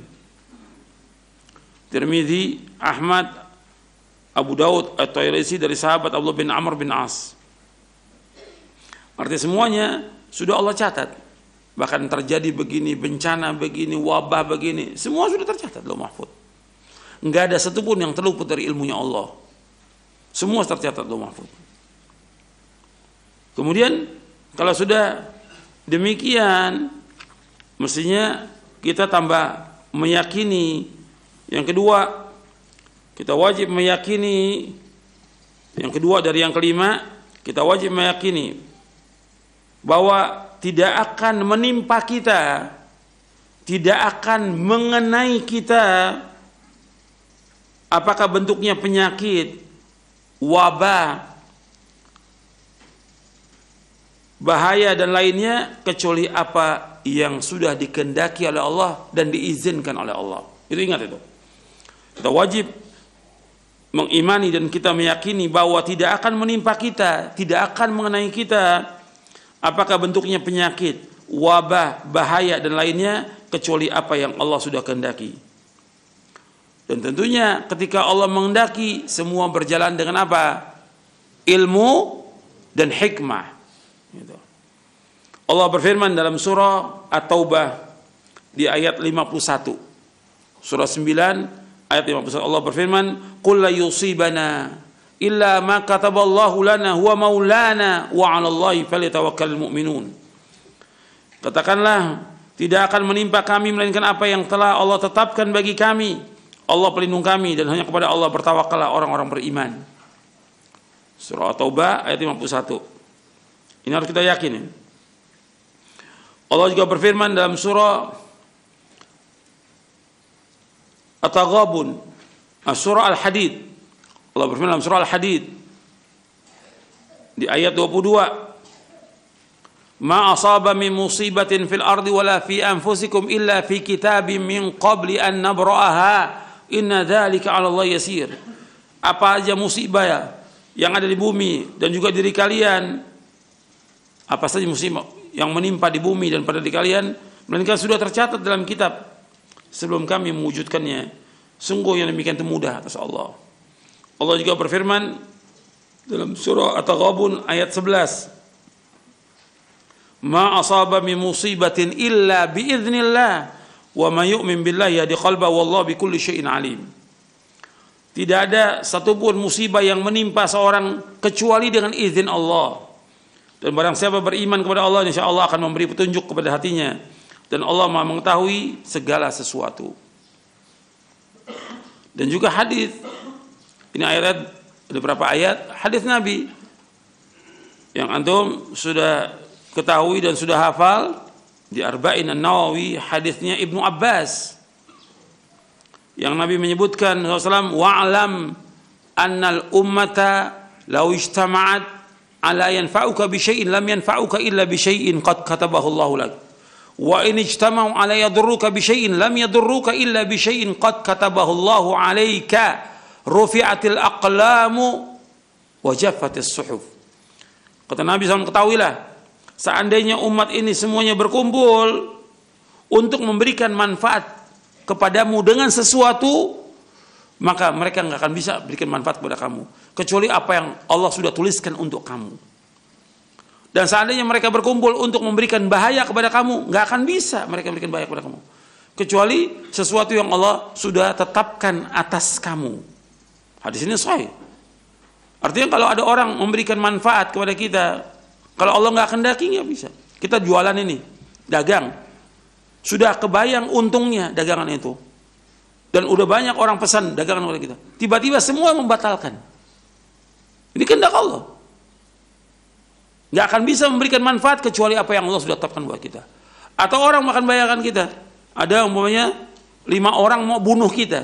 [SPEAKER 1] Tirmidzi, Ahmad, Abu Daud, At-Tayalisi dari sahabat Abdullah bin Amr bin As. Artinya semuanya sudah Allah catat. Bahkan terjadi begini, bencana begini, wabah begini, semua sudah tercatat Lauh Mahfuz. Enggak ada satupun yang terluput dari ilmunya Allah. Semua tercatat Lauh Mahfuz. Kemudian kalau sudah demikian, mestinya kita tambah meyakini. Yang kedua, kita wajib meyakini. Yang kedua dari yang kelima, kita wajib meyakini bahwa tidak akan menimpa kita, tidak akan mengenai kita, apakah bentuknya penyakit, wabah, bahaya dan lainnya, kecuali apa yang sudah dikehendaki oleh Allah dan diizinkan oleh Allah. Itu ingat itu. Kita wajib mengimani dan kita meyakini bahwa tidak akan menimpa kita, tidak akan mengenai kita, apakah bentuknya penyakit, wabah, bahaya dan lainnya, kecuali apa yang Allah sudah kehendaki. Dan tentunya ketika Allah menghendaki, semua berjalan dengan apa? Ilmu dan hikmah. Gitu. Allah berfirman dalam surah At-Taubah di ayat 51. Surah 9 ayat 51, Allah berfirman, "Qul la yusibana illa ma kataballahu lana huwa maulana wa 'alallahi falyatawakkalul mu'minun." Katakanlah, tidak akan menimpa kami melainkan apa yang telah Allah tetapkan bagi kami. Allah pelindung kami dan hanya kepada Allah bertawakallah orang-orang beriman. Surah At-Taubah ayat 51. Ini harus kita yakini. Allah juga berfirman dalam surah At-Taghabun, surah Al-Hadid. Allah berfirman dalam surah Al-Hadid di ayat 22, "Ma asaba min musibatin fil ardi wala fi anfusikum illa fi kitabim min qabli an nabra'aha inna dzalika 'ala Allah yasir." Apa aja musibah yang ada di bumi dan juga diri kalian, apa saja musibah yang menimpa di bumi dan pada diri kalian, melainkan sudah tercatat dalam kitab sebelum kami mewujudkannya. Sungguh yang demikian itu mudah atas Allah. Allah juga berfirman dalam surah At-Taghabun ayat 11, "Ma asaba min musibatin illa biiznillah wa ma yu'min billahi yahdi qalbahu wallahu bikulli syai'in alim." Tidak ada satupun musibah yang menimpa seorang kecuali dengan izin Allah. Dan barang siapa beriman kepada Allah, insya Allah akan memberi petunjuk kepada hatinya. Dan Allah Maha mengetahui segala sesuatu. Dan juga hadis, ini ayat, ada berapa ayat hadis Nabi yang antum sudah ketahui dan sudah hafal di Arba'in An-Nawawi, hadisnya Ibnu Abbas yang Nabi menyebutkan SAW, wa'lam annal ummata law ijtama'at ala yanfa'uka bi syai'in lam yanfa'uka illa bi syai'in qad katabahu Allahu lak wa in ijtama'u ala yadurruka bi syai'in lam yadurruka illa bi syai'in qad katabahu Allahu 'alaika rufi'atil aqlamu wa jaffatis suhuf. Kata Nabi SAW, ketahuilah, seandainya umat ini semuanya berkumpul untuk memberikan manfaat kepadamu dengan sesuatu, maka mereka nggak akan bisa berikan manfaat kepada kamu kecuali apa yang Allah sudah tuliskan untuk kamu. Dan seandainya mereka berkumpul untuk memberikan bahaya kepada kamu, nggak akan bisa mereka memberikan bahaya kepada kamu kecuali sesuatu yang Allah sudah tetapkan atas kamu. Hadis ini sahih. Artinya kalau ada orang memberikan manfaat kepada kita, kalau Allah nggak kendaki nggak bisa. Kita jualan ini, dagang, sudah kebayang untungnya dagangan itu. Dan udah banyak orang pesan dagangan oleh kita. Tiba-tiba semua membatalkan. Ini kehendak Allah. Nggak akan bisa memberikan manfaat kecuali apa yang Allah sudah tetapkan buat kita. Atau orang makan bayaran kita. Ada umpamanya 5 orang mau bunuh kita.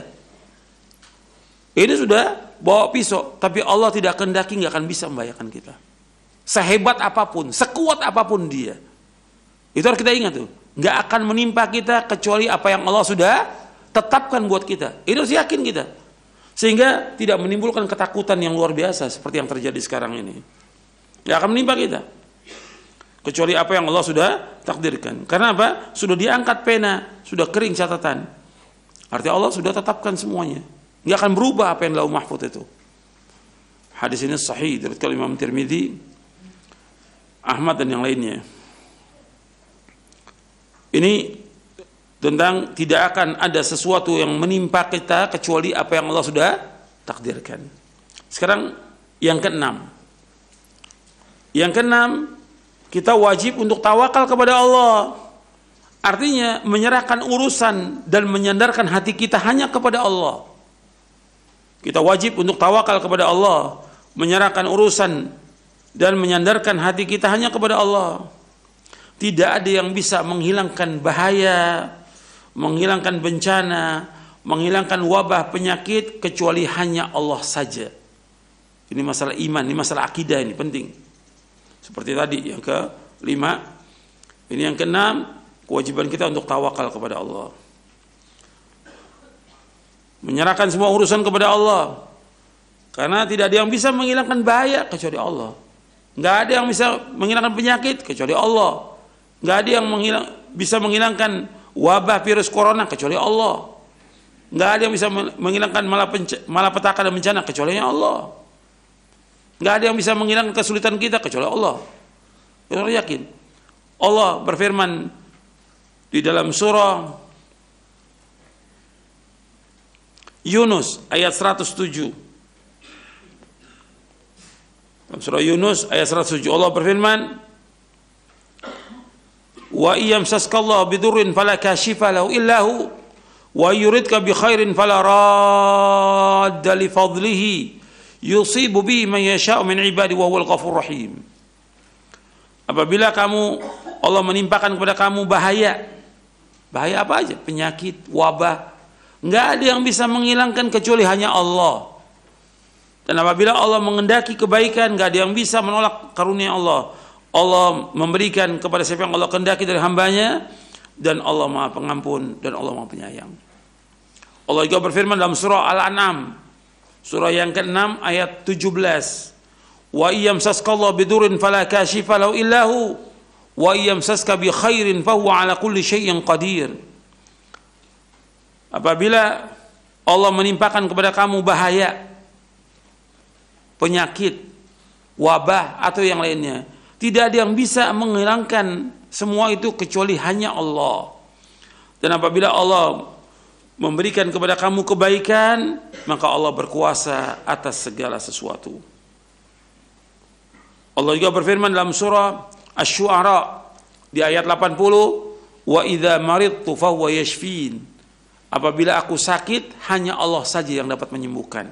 [SPEAKER 1] Ini sudah bawa pisau, tapi Allah tidak kehendaki, nggak akan bisa membahayakan kita. Sehebat apapun, sekuat apapun dia. Itu harus kita ingat tuh. Nggak akan menimpa kita kecuali apa yang Allah sudah tetapkan buat kita. Itu harus yakin kita. Sehingga tidak menimbulkan ketakutan yang luar biasa seperti yang terjadi sekarang ini. Nggak akan menimpa kita kecuali apa yang Allah sudah takdirkan. Karena apa? Sudah diangkat pena, sudah kering catatan. Artinya Allah sudah tetapkan semuanya. Nggak akan berubah apa yang Lauh Mahfuz itu. Hadis ini sahih dari Imam Tirmidzi, Ahmad dan yang lainnya. Ini tentang tidak akan ada sesuatu yang menimpa kita kecuali apa yang Allah sudah takdirkan. Sekarang yang keenam. Yang keenam, kita wajib untuk tawakal kepada Allah. Artinya menyerahkan urusan dan menyandarkan hati kita hanya kepada Allah. Kita wajib untuk tawakal kepada Allah, menyerahkan urusan dan menyandarkan hati kita hanya kepada Allah. Tidak ada yang bisa menghilangkan bahaya, menghilangkan bencana, menghilangkan wabah penyakit kecuali hanya Allah saja. Ini masalah iman, ini masalah akidah, ini penting. Seperti tadi yang ke-5, ini yang ke-6, kewajiban kita untuk tawakal kepada Allah. Menyerahkan semua urusan kepada Allah. Karena tidak ada yang bisa menghilangkan bahaya kecuali Allah. Nggak ada yang bisa menghilangkan penyakit kecuali Allah. Nggak ada yang bisa menghilangkan wabah virus corona kecuali Allah. Nggak ada yang bisa menghilangkan malapetaka dan bencana kecuali Allah. Nggak ada yang bisa menghilangkan kesulitan kita kecuali Allah. Kita harus yakin. Allah berfirman di dalam surah Yunus ayat 107. Dalam surah Yunus ayat 107 Allah berfirman, wa iyamsaskallahu bidurrin fala kashifa lahu illa hu wa yuridka bi khairin fala radda li fadlihi yusibu bihi man yasha'u min ibadi wa huwal ghafurur rahim. Apabila Allah menimpakan kepada kamu bahaya apa aja, penyakit, wabah, nggak ada yang bisa menghilangkan kecuali hanya Allah. Dan apabila Allah mengendaki kebaikan, nggak ada yang bisa menolak karunia Allah. Allah memberikan kepada siapa yang Allah kehendaki dari hambanya, dan Allah Maha Pengampun dan Allah Maha Penyayang. Allah juga berfirman dalam surah Al-An'am, surah yang ke-6 ayat 17. Wa iyamsaskallahu bidurrin fala kashifa lahu illa hu wa iyamsaska bi khairin fa huwa ala kulli syai'in qadir. Apabila Allah menimpakan kepada kamu bahaya, penyakit, wabah atau yang lainnya, tidak ada yang bisa menghilangkan semua itu kecuali hanya Allah. Dan apabila Allah memberikan kepada kamu kebaikan, maka Allah berkuasa atas segala sesuatu. Allah juga berfirman dalam surah Asy-Syu'ara di ayat 80, wa idza maridtu fahuwa yashfin. Apabila aku sakit, hanya Allah saja yang dapat menyembuhkan.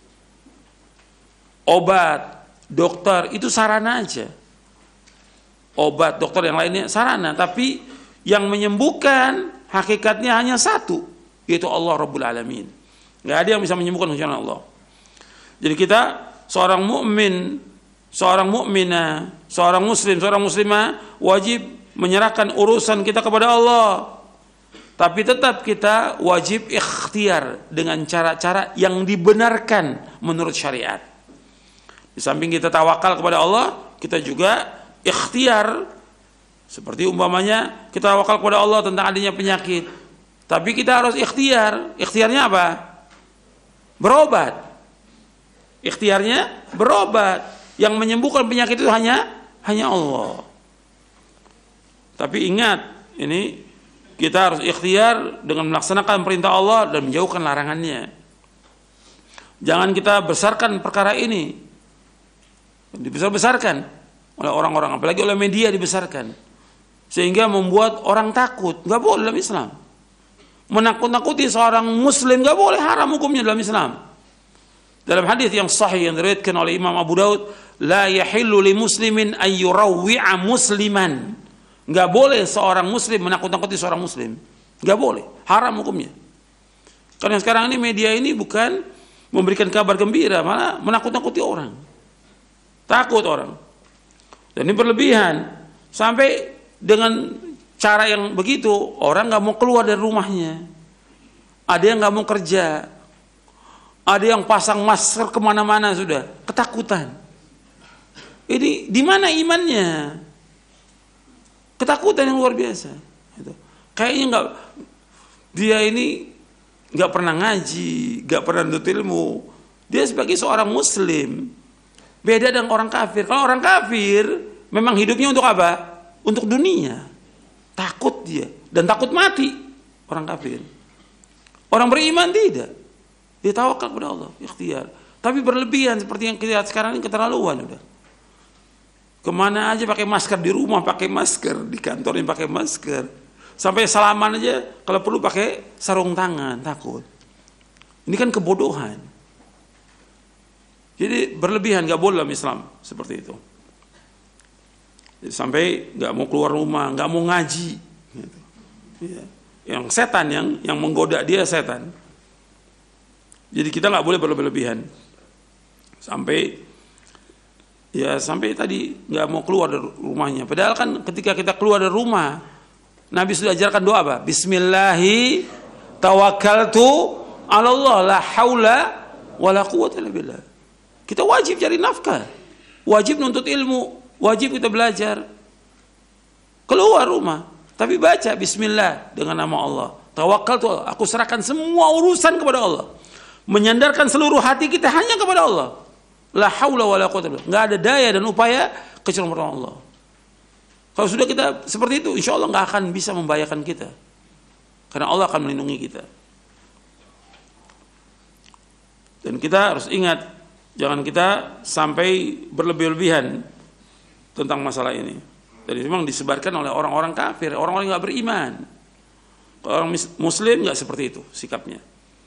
[SPEAKER 1] Obat, dokter itu sarana aja. Obat, dokter yang lainnya sarana, tapi yang menyembuhkan hakikatnya hanya satu, yaitu Allah Rabbul Alamin. Nggak ada yang bisa menyembuhkan kecuali Allah. Jadi kita seorang mukmin, seorang mukminah, seorang muslim, seorang muslimah wajib menyerahkan urusan kita kepada Allah. Tapi tetap kita wajib ikhtiar dengan cara-cara yang dibenarkan menurut syariat. Di samping kita tawakal kepada Allah, kita juga ikhtiar. Seperti umpamanya kita tawakal kepada Allah tentang adanya penyakit. Tapi kita harus ikhtiar. Ikhtiarnya apa? Berobat. Ikhtiarnya berobat. Yang menyembuhkan penyakit itu hanya Allah. Tapi ingat, ini kita harus ikhtiar dengan melaksanakan perintah Allah dan menjauhkan larangannya. Jangan kita besarkan perkara ini, dibesar-besarkan oleh orang-orang, apalagi oleh media dibesarkan, sehingga membuat orang takut. Gak boleh dalam Islam. Menakut-nakuti seorang muslim gak boleh, haram hukumnya dalam Islam. Dalam hadis yang sahih yang diriwayatkan oleh Imam Abu Daud, la yahillu li muslimin an yurawwi'a musliman. Gak boleh seorang muslim menakut-nakuti seorang muslim. Gak boleh, haram hukumnya. Karena sekarang ini media ini bukan memberikan kabar gembira, malah menakut-nakuti orang. Takut orang. Dan ini berlebihan. Sampai dengan cara yang begitu, orang gak mau keluar dari rumahnya. Ada yang gak mau kerja. Ada yang pasang masker kemana-mana sudah. Ketakutan. Ini di mana imannya? Ketakutan yang luar biasa. Kayaknya nggak, dia ini nggak pernah ngaji, nggak pernah nuntut ilmu. Dia sebagai seorang muslim beda dengan orang kafir. Kalau orang kafir memang hidupnya untuk apa? Untuk dunia. Takut dia dan takut mati orang kafir. Orang beriman tidak. Dia tawakal kepada Allah, ikhtiar. Tapi berlebihan seperti yang kita lihat sekarang ini, keterlaluan udah. Kemana aja pakai masker, di rumah pakai masker, di kantornya pakai masker, sampai salaman aja kalau perlu pakai sarung tangan, takut. Ini kan kebodohan. Jadi berlebihan, nggak boleh dalam Islam seperti itu. Jadi sampai nggak mau keluar rumah, nggak mau ngaji. Gitu. Ya. Yang setan yang menggoda dia setan. Jadi kita nggak boleh berlebihan. Sampai tadi nggak mau keluar dari rumahnya. Padahal kan ketika kita keluar dari rumah, Nabi sudah ajarkan doa apa? Bismillahi tawakkaltu ala Allah la haula wala quwwata illa billah. Kita wajib cari nafkah, wajib nuntut ilmu, wajib kita belajar. Keluar rumah, tapi baca Bismillah dengan nama Allah. Tawakkaltu, aku serahkan semua urusan kepada Allah. Menyandarkan seluruh hati kita hanya kepada Allah. La haula wala quwwata illa billah. Enggak ada daya dan upaya kecuali kepada Allah. Kalau sudah kita seperti itu, insya Allah nggak akan bisa membahayakan kita, karena Allah akan melindungi kita. Dan kita harus ingat, jangan kita sampai berlebih-lebihan tentang masalah ini. Dan memang disebarkan oleh orang-orang kafir, orang-orang yang nggak beriman. Orang Muslim nggak seperti itu sikapnya.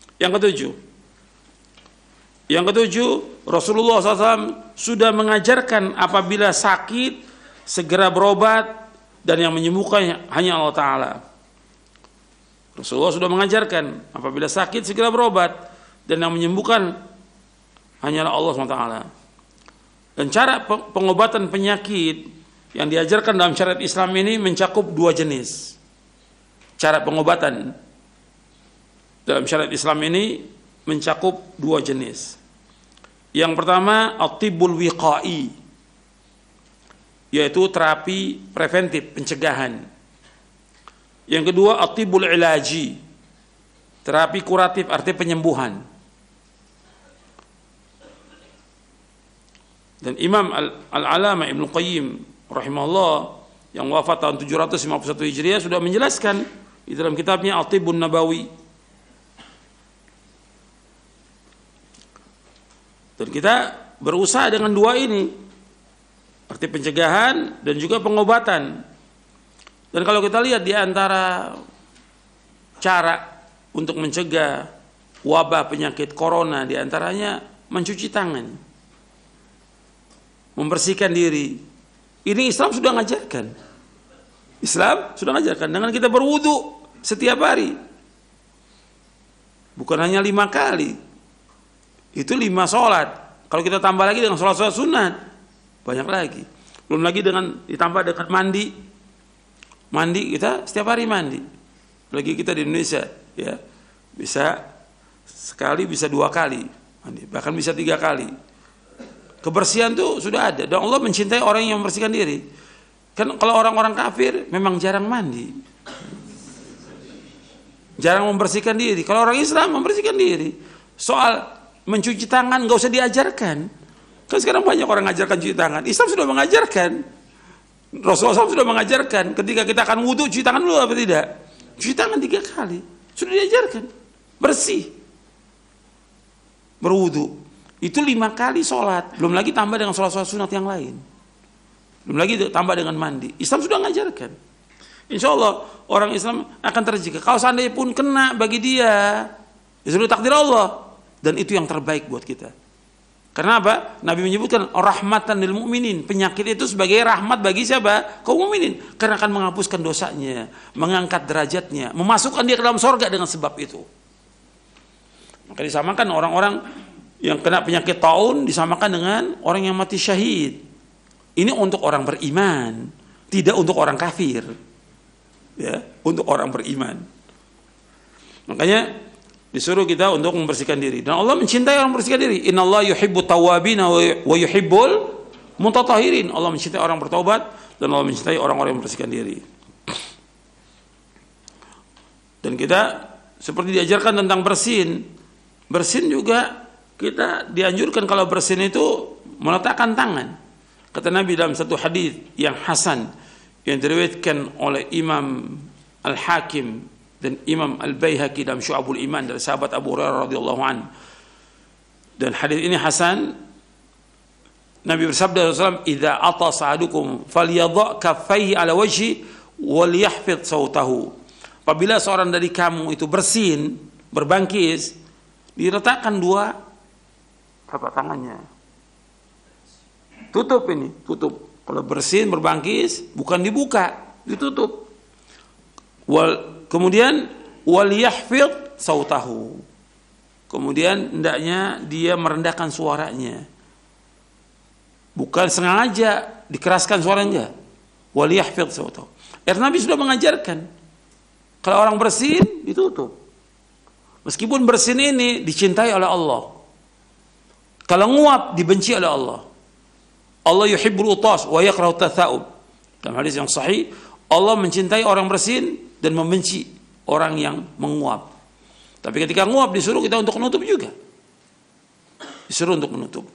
[SPEAKER 1] Yang ketujuh, Rasulullah SAW sudah mengajarkan apabila sakit segera berobat dan yang menyembuhkan hanya Allah Ta'ala. Rasulullah sudah mengajarkan apabila sakit segera berobat dan yang menyembuhkan hanyalah Allah SWT. Dan cara pengobatan penyakit yang diajarkan dalam syariat Islam ini mencakup dua jenis. Cara pengobatan dalam syariat Islam ini mencakup dua jenis. Yang pertama, at-tibbul wiqai, yaitu terapi preventif, pencegahan. Yang kedua, at-tibbul ilaji, terapi kuratif, artinya penyembuhan. Dan Imam Al-Alama Ibnu Qayyim rahimahullah yang wafat tahun 751 Hijriah sudah menjelaskan di dalam kitabnya At-Tibbun Nabawi. Dan kita berusaha dengan dua ini. arti pencegahan dan juga pengobatan. Dan kalau kita lihat di antara cara untuk mencegah wabah penyakit corona, di antaranya mencuci tangan, membersihkan diri. Ini Islam sudah mengajarkan. Islam sudah mengajarkan dengan kita berwudu setiap hari. Bukan hanya 5 kali. Itu 5 sholat. Kalau kita tambah lagi dengan sholat-sholat sunat, banyak lagi. Belum lagi dengan ditambah dengan mandi. Mandi kita setiap hari mandi. Lagi kita di Indonesia, ya bisa sekali, bisa 2 kali mandi, bahkan bisa 3 kali. Kebersihan tuh sudah ada. Dan Allah mencintai orang yang membersihkan diri. Kan kalau orang-orang kafir memang jarang mandi, jarang membersihkan diri. Kalau orang Islam membersihkan diri. Soal mencuci tangan nggak usah diajarkan. Kan sekarang banyak orang mengajarkan cuci tangan. Islam sudah mengajarkan. Rasulullah SAW sudah mengajarkan. Ketika kita akan wudhu, cuci tangan dulu apa tidak? Cuci tangan 3 kali. Sudah diajarkan. Bersih. Berwudhu. Itu 5 kali sholat. Belum lagi tambah dengan sholat-sholat sunat yang lain. Belum lagi tambah dengan mandi. Islam sudah mengajarkan. Insya Allah orang Islam akan terjaga. Kalau seandainya pun kena bagi dia, ya sudah takdir Allah. Dan itu yang terbaik buat kita. Karena apa? Nabi menyebutkan rahmatan lil mu'minin. Penyakit itu sebagai rahmat bagi siapa? Kaum mukminin. Karena akan menghapuskan dosanya, mengangkat derajatnya, memasukkan dia ke dalam sorga dengan sebab itu. Maka disamakan orang-orang yang kena penyakit taun disamakan dengan orang yang mati syahid. Ini untuk orang beriman, tidak untuk orang kafir. Ya, untuk orang beriman. Makanya disuruh kita untuk membersihkan diri. Dan Allah mencintai orang membersihkan diri. Innallaha yuhibbut tawwabina wa yuhibbul mutatahhirin. Allah mencintai orang bertobat dan Allah mencintai orang-orang yang membersihkan diri. Dan kita seperti diajarkan tentang bersin. Bersin juga kita dianjurkan kalau bersin itu meletakkan tangan. Kata Nabi dalam satu hadis yang hasan yang diriwayatkan oleh Imam Al-Hakim dan Imam Al-Baihaqi dalam Syu'abul Iman dari sahabat Abu Hurairah radhiyallahu an. Dan hadis ini hasan. Nabi bersabda sallallahu alaihi wasallam, "Idza atasa ahadukum falyadha kaffaihi ala wajhi wal yahfidh sautahu." Apabila seorang dari kamu itu bersin, berbangkis, diletakkan 2 telapak tangannya. Tutup ini, tutup. Kalau bersin, berbangkis, bukan dibuka, ditutup. Kemudian wal yahfidh sautahu. Kemudian hendaknya dia merendahkan suaranya. Bukan sengaja dikeraskan suaranya. Wal yahfidh sautahu. Nabi sudah mengajarkan. Kalau orang bersin ditutup. Meskipun bersin ini dicintai oleh Allah. Kalau nguap dibenci oleh Allah. Allah yuhibbul utas wa yakrahu tatha'ub. Dalam hadis yang sahih, Allah mencintai orang bersin dan membenci orang yang menguap. Tapi ketika nguap disuruh kita untuk menutup juga. Disuruh untuk menutup.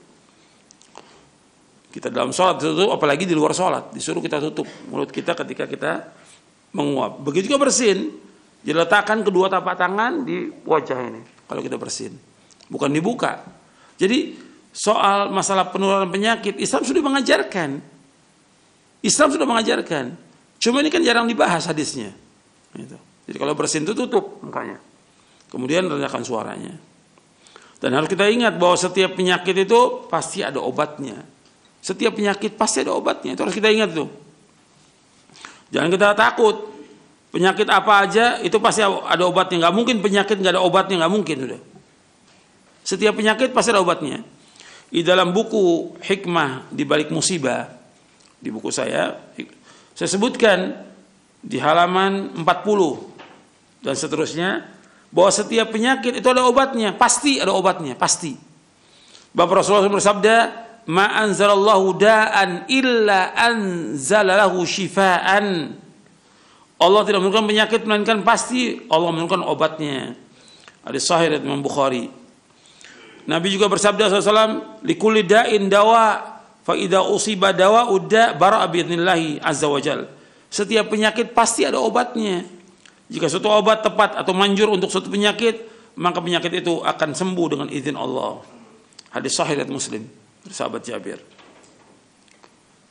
[SPEAKER 1] Kita dalam sholat tutup, apalagi di luar sholat. Disuruh kita tutup mulut kita ketika kita menguap. Begitu juga bersin. Diletakkan kedua telapak tangan di wajah ini. Kalau kita bersin. Bukan dibuka. Jadi soal masalah penularan penyakit, Islam sudah mengajarkan. Islam sudah mengajarkan. Cuma ini kan jarang dibahas hadisnya. Gitu. Jadi kalau bersin itu tutup mukanya. Kemudian rendahkan suaranya. Dan harus kita ingat bahwa setiap penyakit itu pasti ada obatnya. Setiap penyakit pasti ada obatnya. Itu harus kita ingat tuh. Jangan kita takut. Penyakit apa aja itu pasti ada obatnya. Nggak mungkin penyakit nggak ada obatnya, nggak mungkin udah. Setiap penyakit pasti ada obatnya. Di dalam buku Hikmah di Balik Musibah, di buku saya sebutkan di halaman 40 dan seterusnya bahwa setiap penyakit itu ada obatnya, pasti ada obatnya, pasti. Bapak Rasulullah bersabda, "Ma anzalallahu da'an illa anzalalahu shifaan." Allah tidak menurunkan penyakit melainkan pasti Allah menurunkan obatnya. Hadis sahih riwayat Imam Bukhari. Nabi juga bersabda SAW, "Likulli da'in dawa, fa idza usiba dawa'ud da' bara'a bi idznillah azza wajal." Setiap penyakit pasti ada obatnya. Jika suatu obat tepat atau manjur untuk suatu penyakit, maka penyakit itu akan sembuh dengan izin Allah. Hadis sahih riwayat Muslim, sahabat Jabir.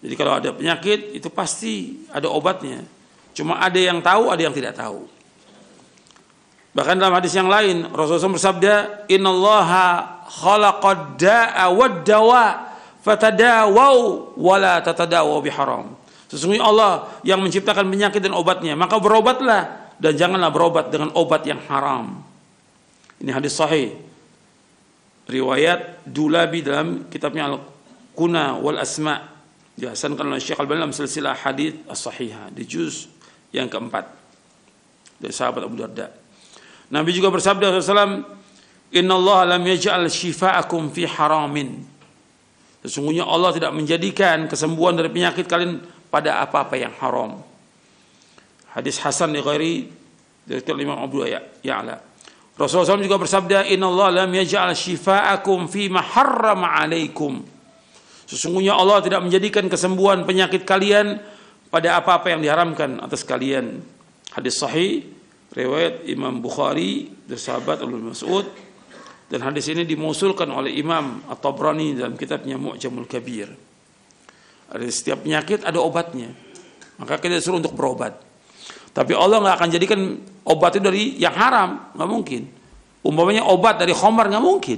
[SPEAKER 1] Jadi kalau ada penyakit itu pasti ada obatnya. Cuma ada yang tahu, ada yang tidak tahu. Bahkan dalam hadis yang lain Rasulullah bersabda, "Innallaha khalaqad da'a wad-dawa fatadawau wa la tatadawu biharam." Sesungguhnya Allah yang menciptakan penyakit dan obatnya, maka berobatlah dan janganlah berobat dengan obat yang haram. Ini hadis sahih riwayat Dulabi dalam kitabnya Al-Kuna wal Asma', dihasankan oleh Syekh Al-Albani dalam silsilah hadits as-sahihah di juz yang keempat dari sahabat Abu Darda. Nabi juga bersabda SAW, "Innallaha lam yaj'al shifa'akum fi haramin." Sesungguhnya Allah tidak menjadikan kesembuhan dari penyakit kalian pada apa-apa yang haram. Hadis hasan li ghairi dari Imam Abu Ya'la. Rasulullah SAW juga bersabda, "Innallaha lam yaj'al shifa'akum fi ma harrama 'alaikum." Sesungguhnya Allah tidak menjadikan kesembuhan penyakit kalian pada apa-apa yang diharamkan atas kalian. Hadis sahih riwayat Imam Bukhari dari sahabat Ibnu Mas'ud, dan hadis ini dimausulkan oleh Imam At-Tabrani dalam kitabnya Mu'jamul Kabir. Ada setiap penyakit ada obatnya, maka kita disuruh untuk berobat. Tapi Allah nggak akan jadikan obat itu dari yang haram, nggak mungkin. Umpamanya obat dari khamar nggak mungkin.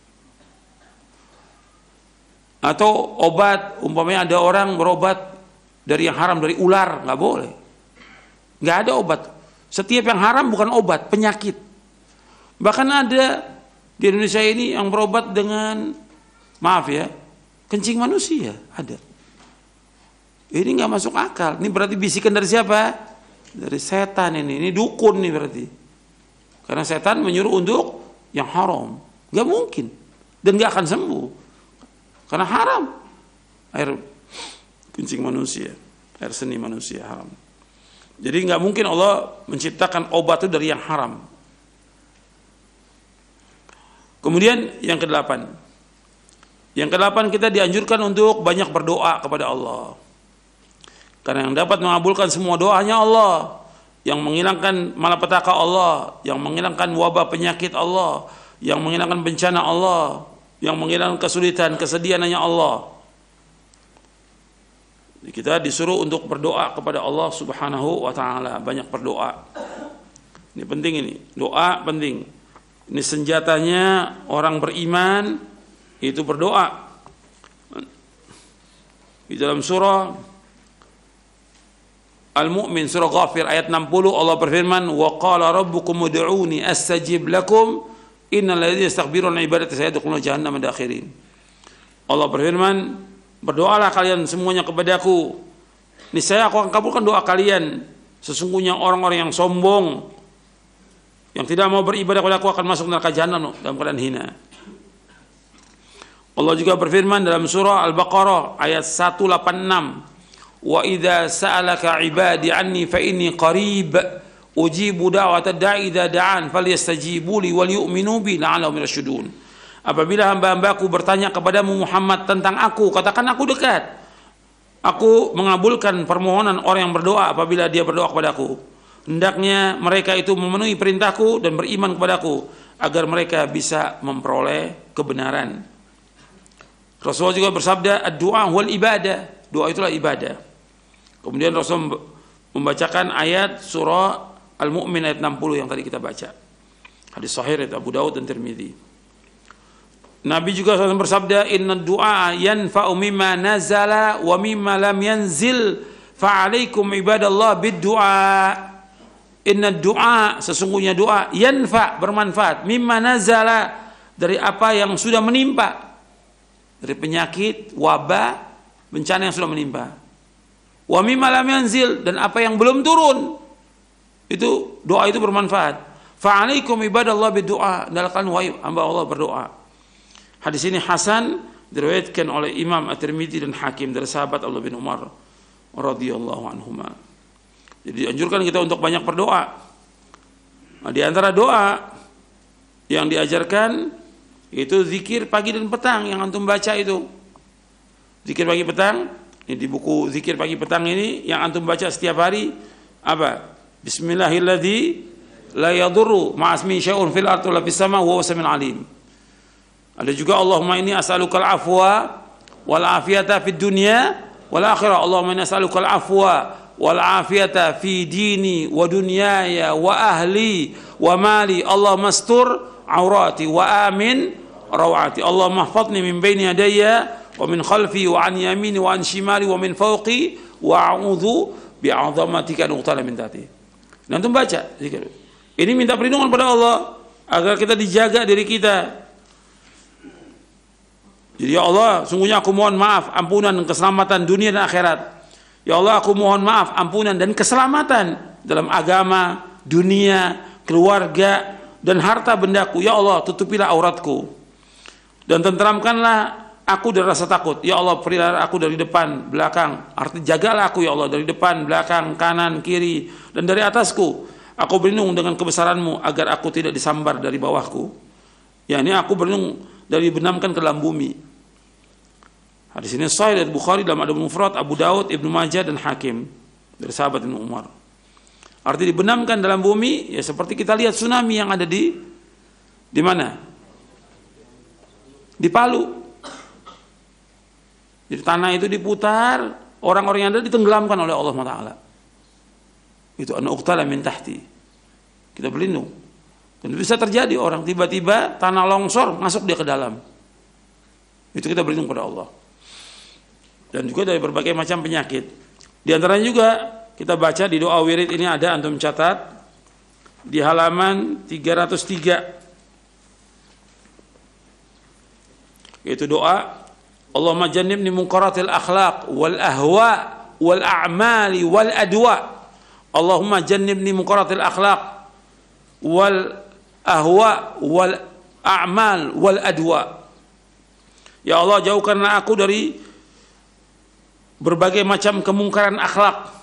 [SPEAKER 1] Atau obat, umpamanya ada orang berobat dari yang haram, dari ular, nggak boleh. Nggak ada obat. Setiap yang haram bukan obat, penyakit. Bahkan ada di Indonesia ini yang berobat dengan, maaf ya, kencing manusia, ada. Ini nggak masuk akal. Ini berarti bisikan dari siapa? Dari setan ini dukun nih berarti. Karena setan menyuruh untuk yang haram. Nggak mungkin. Dan nggak akan sembuh. Karena haram. Air kencing manusia, air seni manusia haram. Jadi nggak mungkin Allah menciptakan obat itu dari yang haram. Kemudian yang kedelapan. Yang kedelapan, kita dianjurkan untuk banyak berdoa kepada Allah. Karena yang dapat mengabulkan semua doa hanya Allah. Yang menghilangkan malapetaka Allah, yang menghilangkan wabah penyakit Allah, yang menghilangkan bencana Allah, yang menghilangkan kesulitan, kesedihan hanya Allah. Kita disuruh untuk berdoa kepada Allah Subhanahu wa ta'ala, banyak berdoa. Ini penting, ini doa penting. Ini senjatanya orang beriman, itu berdoa. Di dalam surah Al-Mu'min, surah Ghafir ayat 60, Allah berfirman, "Wa qala rabbukum ud'uni astajib lakum innal ladzina yastakbiruna 'an ibadati sayadkhuluna jahannama dakhirin." Allah berfirman, "Berdoalah kalian semuanya kepadaku, niscaya aku akan kabulkan doa kalian. Sesungguhnya orang-orang yang sombong, yang tidak mau beribadah kepada aku akan masuk neraka jahanam dalam keadaan hina." Allah juga berfirman dalam surah Al-Baqarah ayat 186, "Wa idza sa'alaka 'ibadi 'anni fa inni qarib ujibu da'watad da'i idza da'an falyastajibu li wal yu'minu bi la'allahum yarshudun." Apabila hamba-hambaku bertanya kepadamu Muhammad tentang aku, katakan aku dekat. Aku mengabulkan permohonan orang yang berdoa apabila dia berdoa kepadaku. Hendaknya mereka itu memenuhi perintahku dan beriman kepadaku agar mereka bisa memperoleh kebenaran. Rasulullah juga bersabda, "Ad-du'a wal ibadah." Doa itulah ibadah. Kemudian Rasul membacakan ayat surah Al-Mu'min ayat 60 yang tadi kita baca. Hadis sahih riwayat Abu Daud dan Tirmidzi. Nabi juga bersabda, "Inna du'a yanfa'u mimma nazala wa mimma lam yanzil fa'alaikum ibadallah bid-du'a." Inna du'a, sesungguhnya doa, yanfa, bermanfaat, mimma nazala, dari apa yang sudah menimpa, dari penyakit, wabah, bencana yang sudah menimpa. Wa mimma lam yanzil, dan apa yang belum turun, itu doa itu bermanfaat. Fa'alaikum ibadallah bid-du'a, hendaklah wahai hamba Allah berdoa. Hadis ini hasan, diriwayatkan oleh Imam At-Tirmidzi dan Hakim dari sahabat Abdullah bin Umar radhiyallahu anhuma. Jadi anjurkan kita untuk banyak berdoa. Nah, di antara doa yang diajarkan itu zikir pagi dan petang yang antum baca itu. Zikir pagi petang, ini di buku zikir pagi petang ini yang antum baca setiap hari apa? Bismillahilladzi la yadurru ma'asmi syai'un fil ardi wala fis sama' wa huwas samiul alim. Ada juga Allahumma inni as'alukal afwa wal afiyata fid dunya wal akhirah. Allahumma inna nas'aluka al-afwa wal afiyata fi dini wa dunyaya wa ahli wa mali. Allahumma astur aurati wa amin rawati. Allahumma ihfazni min baini yadayya wa min khalfi wa an yamini wa an shimali wa min fawqi wa a'udzu bi'azamatika an uqtala min tahti. Nanti baca zikir. Ini minta perlindungan pada Allah agar kita dijaga diri kita. Jadi ya Allah, sungguhnya aku mohon maaf, ampunan dan keselamatan dunia dan akhirat. Ya Allah, aku mohon maaf, ampunan dan keselamatan dalam agama, dunia, keluarga, dan harta bendaku. Ya Allah, tutupilah auratku dan tenteramkanlah aku dari rasa takut. Ya Allah, pelihara aku dari depan, belakang. Arti jagalah aku ya Allah dari depan, belakang, kanan, kiri, dan dari atasku. Aku berlindung dengan kebesaranmu agar aku tidak disambar dari bawahku. Ya, ini aku berlindung dari dibenamkan ke dalam bumi. Hadis ini sahih dari Bukhari dalam Adabul Mufrad, Abu Daud, Ibnu Majah dan Hakim dari sahabat Ibnu Umar. Arti dibenamkan dalam bumi ya seperti kita lihat tsunami yang ada di mana? Di Palu. Jadi tanah itu diputar, orang-orang yang ada ditenggelamkan oleh Allah Taala. Itu an uqtala min tahti. Kita berlindung. Dan bisa terjadi orang tiba-tiba tanah longsor masuk dia ke dalam. Itu kita berlindung pada Allah. Dan juga dari berbagai macam penyakit. Di antaranya juga kita baca di doa wirid ini ada, antum catat di halaman 303. Yaitu doa Allahumma jannibni munkaratil akhlaq wal ahwa wal a'mali wal adwa. Allahumma jannibni munkaratil akhlaq wal ahwa wal a'mal wal adwa. Ya Allah, jauhkanlah aku dari berbagai macam kemungkaran akhlak,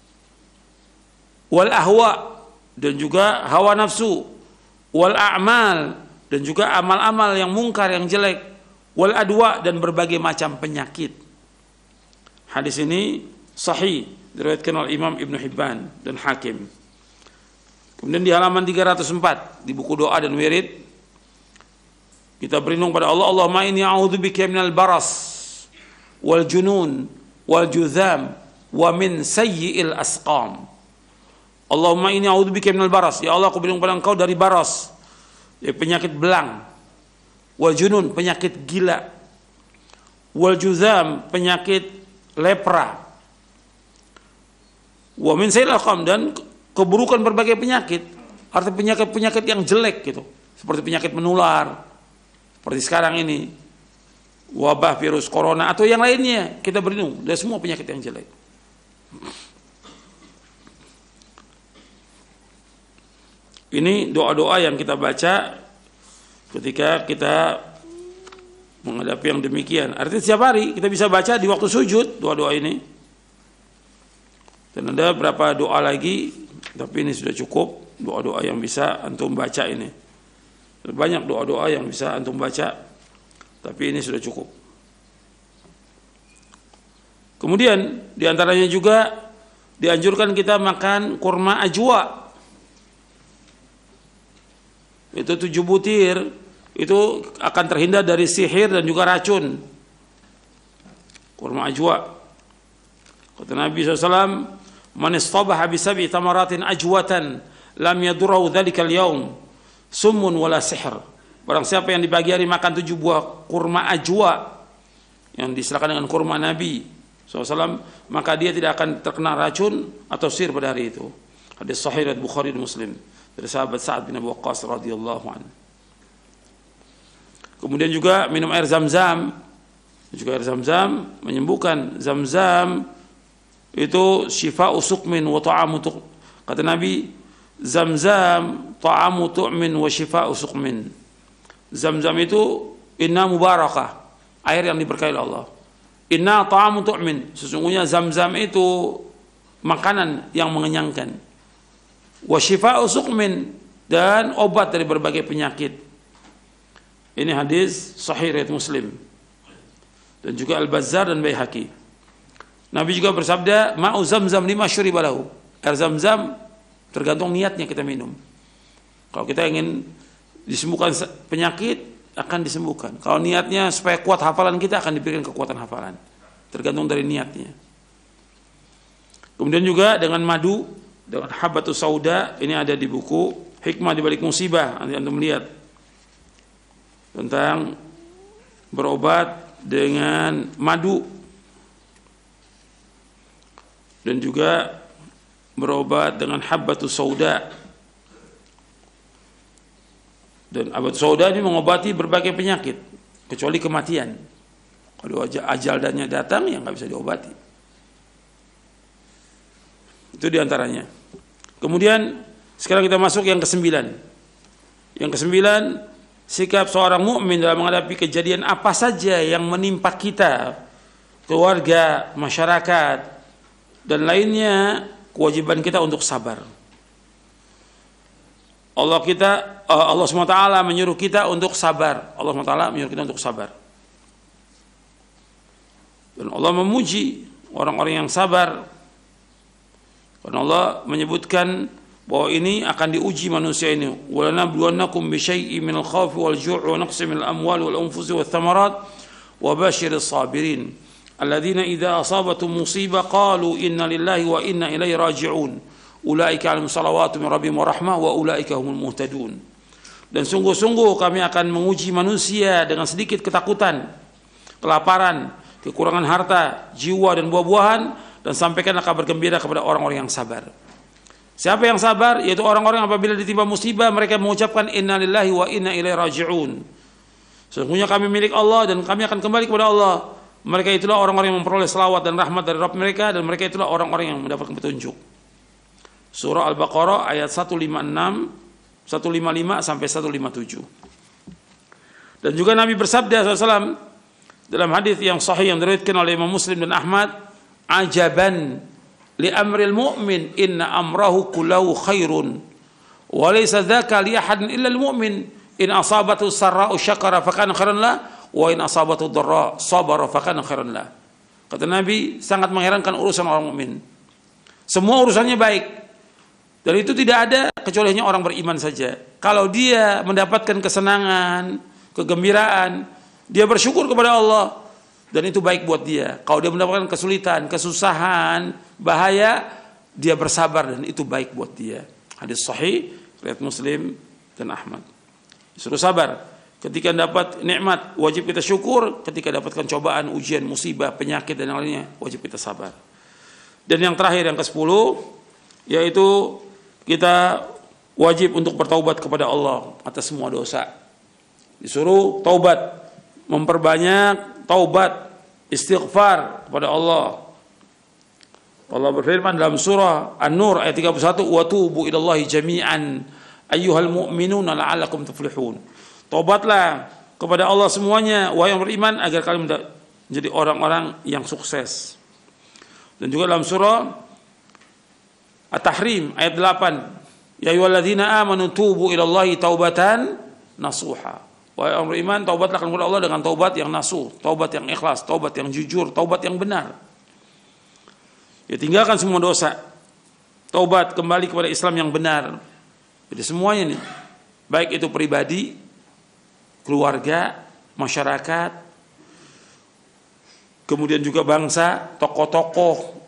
[SPEAKER 1] wal ahwa dan juga hawa nafsu, wal a'mal dan juga amal-amal yang mungkar yang jelek, wal adwa dan berbagai macam penyakit. Hadis ini sahih diriwayatkan oleh Imam Ibnu Hibban dan Hakim. Kemudian di halaman 304 di buku doa dan wirid kita berlindung pada Allah. Allahumma inni a'udzubika minal baras wal junun wal juzam wa min sayyi'il asqam. Allahumma inni a'udzubika minal baras. Ya Allah, aku berlindung pada Engkau dari baras, penyakit belang, wal junun penyakit gila, wal juzam penyakit lepra, wa min sayyi'il asqam dan keburukan berbagai penyakit. Artinya penyakit-penyakit yang jelek gitu, seperti penyakit menular seperti sekarang ini, wabah virus corona atau yang lainnya. Kita berlindung dari semua penyakit yang jelek. Ini doa-doa yang kita baca ketika kita menghadapi yang demikian. Artinya setiap hari kita bisa baca di waktu sujud doa-doa ini. Dan ada beberapa doa lagi, tapi ini sudah cukup doa-doa yang bisa antum baca ini. Banyak doa-doa yang bisa antum baca, tapi ini sudah cukup. Kemudian diantaranya juga dianjurkan kita makan kurma ajwa. Itu 7 butir, itu akan terhindar dari sihir dan juga racun. Kurma ajwa. Kata Nabi SAW, man istabaha bi sab'i tamaratin ajwatan lam yadurru dzalikal yaum summun wala sihr. Barang siapa yang di pagi hari makan 7 buah kurma ajwa yang diselakan dengan kurma Nabi SAW, maka dia tidak akan terkena racun atau sihir pada hari itu. Hadis sahih riwayat Bukhari dan Muslim dari sahabat Sa'ad bin Abi Waqqas radhiyallahu anhu. Kemudian juga minum air Zam-Zam. Juga air Zam-Zam menyembuhkan. Zam-Zam itu syifa'u suqmin wa ta'amu tuq. Kata Nabi, Zam-Zam ta'amu tu'min wa syifa'u suqmin. Zam-Zam itu inna mubarakah, air yang diberkahi oleh Allah. Inna ta'amu tu'min, sesungguhnya Zam-Zam itu makanan yang mengenyangkan. Wa syifa'u suqmin, dan obat dari berbagai penyakit. Ini hadis sahih riwayat Muslim dan juga Al-Bazzar dan Baihaqi. Nabi juga bersabda, ma'u Zam-Zam lima syuriba lahu. Air Zam-Zam tergantung niatnya kita minum. Kalau kita ingin disembuhkan penyakit, akan disembuhkan. Kalau niatnya supaya kuat hafalan kita, akan diberikan kekuatan hafalan. Tergantung dari niatnya. Kemudian juga dengan madu, dengan habbatus sauda, ini ada di buku Hikmah di Balik Musibah, nanti antum lihat tentang berobat dengan madu dan juga berobat dengan habbatus sauda. Dan habbatus sauda ini mengobati berbagai penyakit kecuali kematian. Kalau ajal dannya datang ya nggak bisa diobati. Itu diantaranya. Kemudian sekarang kita masuk yang ke-9. Yang ke-9, sikap seorang mukmin dalam menghadapi kejadian apa saja yang menimpa kita, keluarga, masyarakat, dan lainnya, kewajiban kita untuk sabar. Allah SWT menyuruh kita untuk sabar. Allah SWT menyuruh kita untuk sabar. Dan Allah memuji orang-orang yang sabar. Karena Allah menyebutkan bahwa ini akan diuji manusia ini. وَلَنَبْلُوَنَّكُمْ بِشَيْءٍ مِنَ الْخَوْفِ وَالْجُوعِ وَنَقْصٍ مِنَ الْأَمْوَالِ وَالْأَنْفُسِ وَالثَّمَرَاتِ وَبَشِّرِ الصَّابِرِينَ الَّذِينَ إِذَا أَصَابَتْهُمْ مُصِيبَةٌ قَالُوا إِنَّا لِلَّهِ وَإِنَّا إِلَيْهِ رَاجِعُونَ أُولَئِكَ عَلَيْهِمْ صَلَوَاتٌ مِنْ رَبِّهِمْ وَرَحْمَةٌ وَأُولَئِكَ هُمُ الْمُهْتَدُونَ. Dan sungguh-sungguh kami akan menguji manusia dengan sedikit ketakutan, kelaparan, kekurangan harta, jiwa dan buah-buahan, dan sampaikanlah kabar gembira kepada orang-orang yang sabar. Siapa yang sabar? Yaitu orang-orang apabila ditimpa musibah mereka mengucapkan inna lillahi wa inna ilaihi raji'un. Sesungguhnya kami milik Allah dan kami akan kembali kepada Allah. Mereka itulah orang-orang yang memperoleh selawat dan rahmat dari Rabb mereka, dan mereka itulah orang-orang yang mendapatkan petunjuk. Surah Al-Baqarah ayat 155 sampai 157. Dan juga Nabi bersabda SAW dalam hadis yang sahih yang diriwayatkan oleh Imam Muslim dan Ahmad, ajaban li amril mu'min inna amrahu kullahu khairun wa laysa dzaka li ahadin illa al mu'min in asabatu sarra'u syakara fa kana khairan la wa in asabatu dharra sabara fa kana khairan la. Kata Nabi, sangat mengherankan urusan orang mukmin. Semua urusannya baik. Dan itu tidak ada kecuali hanya orang beriman saja. Kalau dia mendapatkan kesenangan, kegembiraan, dia bersyukur kepada Allah, dan itu baik buat dia. Kalau dia mendapatkan kesulitan, kesusahan, bahaya, dia bersabar dan itu baik buat dia. Hadis sahih riwayat Muslim dan Ahmad. Disuruh sabar. Ketika dapat nikmat, wajib kita syukur. Ketika dapatkan cobaan, ujian, musibah, penyakit dan yang lainnya, wajib kita sabar. Dan yang terakhir, yang ke-10, yaitu kita wajib untuk bertaubat kepada Allah atas semua dosa. Disuruh taubat, memperbanyak taubat, istighfar kepada Allah. Allah berfirman dalam surah An-Nur ayat 31, wa tubu ilallahi jami'an ayyuhal mu'minuna la'allakum tuflihun. Taubatlah kepada Allah semuanya wahai yang beriman agar kalian menjadi orang-orang yang sukses. Dan juga dalam surah At-Tahrim ayat 8, ya ayyuhalladzina amanu tubu ilallahi taubatan nasuha. Wahai orang beriman, taubatlah kepada Allah dengan taubat yang nasuh, taubat yang ikhlas, taubat yang jujur, taubat yang benar. Ya, tinggalkan semua dosa. Taubat kembali kepada Islam yang benar. Jadi semuanya nih, baik itu pribadi, keluarga, masyarakat, kemudian juga bangsa, tokoh-tokoh,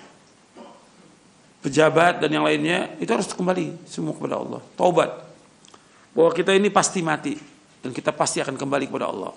[SPEAKER 1] pejabat dan yang lainnya, itu harus kembali semua kepada Allah. Taubat. Bahwa kita ini pasti mati dan kita pasti akan kembali kepada Allah.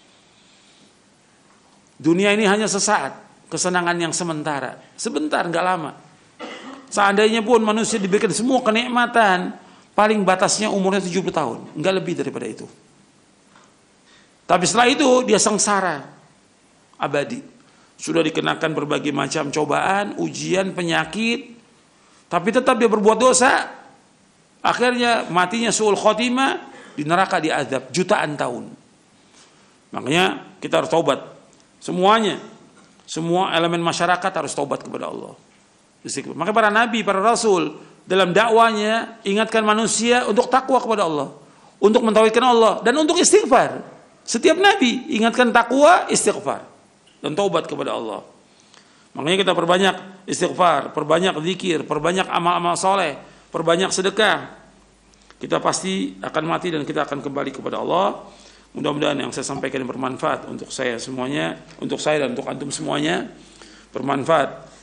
[SPEAKER 1] Dunia ini hanya sesaat, kesenangan yang sementara, sebentar, nggak lama. Seandainya pun manusia diberikan semua kenikmatan, paling batasnya umurnya 70 tahun, nggak lebih daripada itu. Tapi setelah itu dia sengsara abadi. Sudah dikenakan berbagai macam cobaan, ujian, penyakit, tapi tetap dia berbuat dosa. Akhirnya matinya su'ul khotimah, di neraka diazab jutaan tahun. Makanya kita harus taubat. Semuanya, semua elemen masyarakat harus taubat kepada Allah. Maka para nabi, para rasul dalam dakwanya ingatkan manusia untuk takwa kepada Allah, untuk mentauhidkan Allah dan untuk istighfar. Setiap nabi ingatkan takwa, istighfar dan taubat kepada Allah. Makanya kita perbanyak istighfar, perbanyak zikir, perbanyak amal-amal soleh, perbanyak sedekah. Kita pasti akan mati dan kita akan kembali kepada Allah. Mudah-mudahan yang saya sampaikan bermanfaat untuk saya semuanya, untuk saya dan untuk antum semuanya, bermanfaat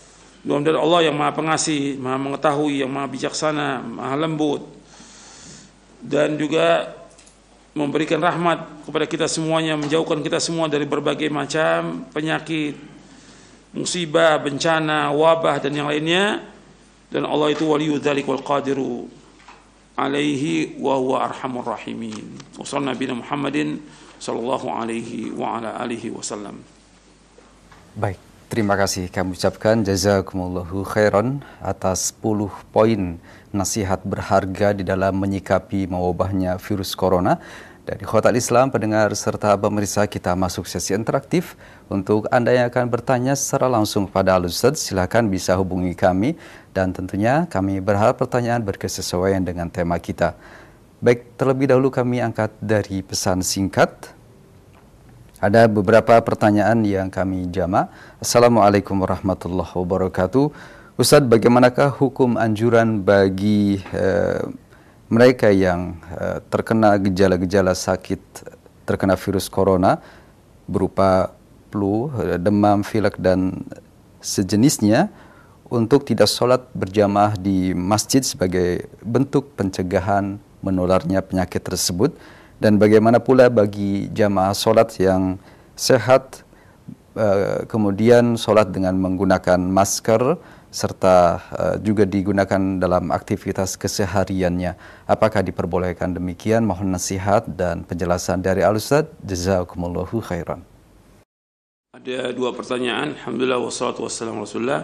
[SPEAKER 1] Mudah-mudahan Allah yang Maha Pengasih, Maha Mengetahui, yang Maha Bijaksana, Maha Lembut, dan juga memberikan rahmat kepada kita semuanya, menjauhkan kita semua dari berbagai macam penyakit, musibah, bencana, wabah dan yang lainnya. Dan Allah itu waliyu dzalik wal qadiru alaihi wa huwa arhamur rahimin. Wassallallahu nabiyana Muhammadin sallallahu alaihi wa ala alihi wasallam.
[SPEAKER 2] Baik, terima kasih kami ucapkan jazakumullahu khairan atas 10 poin nasihat berharga di dalam menyikapi mewabahnya virus corona. Dari Khotal Islam, pendengar serta pemirsa, kita masuk sesi interaktif. Untuk Anda yang akan bertanya secara langsung kepada Al-Ustadz, silakan bisa hubungi kami. Dan tentunya kami berharap pertanyaan berkesesuaian dengan tema kita. Baik, terlebih dahulu kami angkat dari pesan singkat. Ada beberapa pertanyaan yang kami jama. Assalamualaikum warahmatullahi wabarakatuh. Ustadz, bagaimanakah hukum anjuran bagi mereka yang terkena gejala-gejala sakit terkena virus corona berupa flu, demam, pilek dan sejenisnya untuk tidak sholat berjamaah di masjid sebagai bentuk pencegahan menularnya penyakit tersebut, dan bagaimana pula bagi jamaah sholat yang sehat kemudian sholat dengan menggunakan masker serta juga digunakan dalam aktivitas kesehariannya. Apakah diperbolehkan demikian? Mohon nasihat dan penjelasan dari Al-Ustadz. Jazakumullahu khairan.
[SPEAKER 1] Ada 2 pertanyaan. Alhamdulillah wassalatu wassalamu Rasulullah.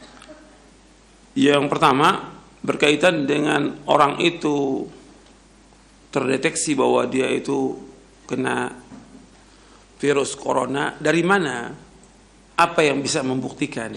[SPEAKER 1] Yang pertama berkaitan dengan orang itu terdeteksi bahwa dia itu kena virus corona. Dari mana? Apa yang bisa membuktikan?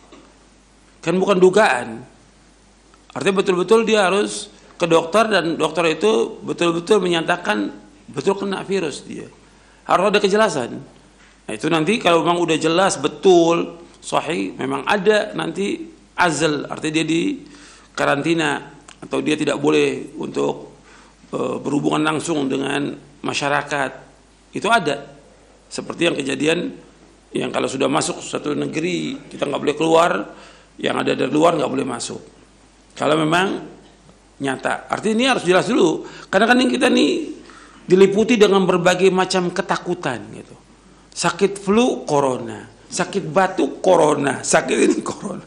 [SPEAKER 1] Kan bukan dugaan. Artinya betul-betul dia harus ke dokter dan dokter itu betul-betul menyatakan betul kena virus dia. Harus ada kejelasan. Nah, itu nanti kalau memang udah jelas betul sahih, memang ada nanti azal, artinya dia di karantina atau dia tidak boleh untuk berhubungan langsung dengan masyarakat. Itu ada. Seperti yang kejadian yang kalau sudah masuk suatu negeri kita nggak boleh keluar, yang ada dari luar nggak boleh masuk. Kalau memang nyata, artinya ini harus jelas dulu. Karena kan kita nih diliputi dengan berbagai macam ketakutan gitu. Sakit flu corona, sakit batuk corona, sakit ini corona.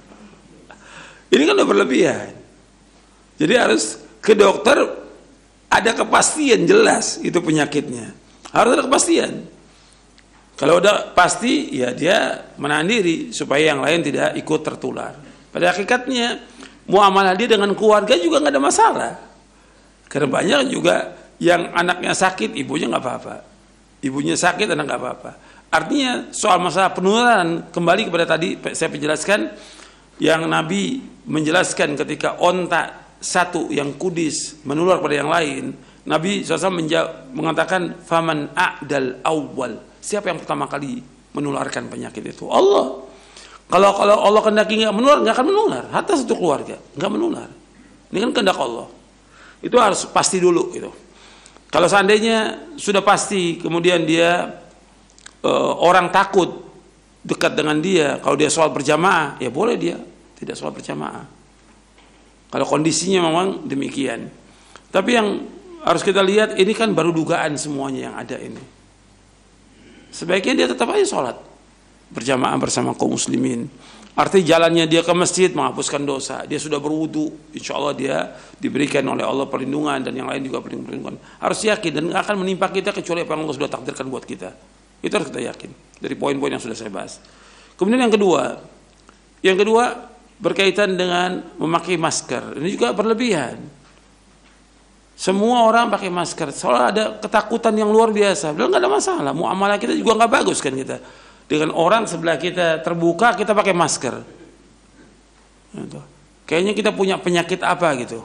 [SPEAKER 1] Ini kan udah berlebihan. Jadi harus ke dokter, ada kepastian jelas itu penyakitnya. Harus ada kepastian. Kalau udah pasti, ya dia menahan diri supaya yang lain tidak ikut tertular. Pada hakikatnya, muamalah dia dengan keluarga juga nggak ada masalah. Karena banyak juga yang anaknya sakit, ibunya nggak apa-apa. Ibunya sakit, anak nggak apa-apa. Artinya soal masalah penularan, kembali kepada tadi saya penjelaskan, yang Nabi menjelaskan ketika onta satu yang kudis menular pada yang lain, Nabi SAW mengatakan, faman a'dal awwal. Siapa yang pertama kali menularkan penyakit itu? Allah. Kalau Allah kehendaki nggak menular, nggak akan menular. Hatta satu keluarga nggak menular. Ini kan kehendak Allah. Itu harus pasti dulu gitu. Kalau seandainya sudah pasti, kemudian dia orang takut dekat dengan dia, kalau dia sholat berjamaah, ya boleh dia tidak sholat berjamaah. Kalau kondisinya memang demikian. Tapi yang harus kita lihat, ini kan baru dugaan semuanya yang ada ini. Sebaiknya dia tetap aja sholat berjamaah bersama kaum muslimin. Artinya jalannya dia ke masjid menghapuskan dosa. Dia sudah berwudu, insya Allah dia diberikan oleh Allah perlindungan, dan yang lain juga perlindungan. Harus yakin, dan nggak akan menimpa kita kecuali apa yang Allah sudah takdirkan buat kita. Itu harus kita yakin dari poin-poin yang sudah saya bahas. Kemudian yang kedua berkaitan dengan memakai masker. Ini juga berlebihan. Semua orang pakai masker, soalnya ada ketakutan yang luar biasa. Padahal nggak ada masalah, muamalah kita juga nggak bagus kan kita. Dengan orang sebelah kita terbuka, kita pakai masker. Gitu. Kayaknya kita punya penyakit apa gitu.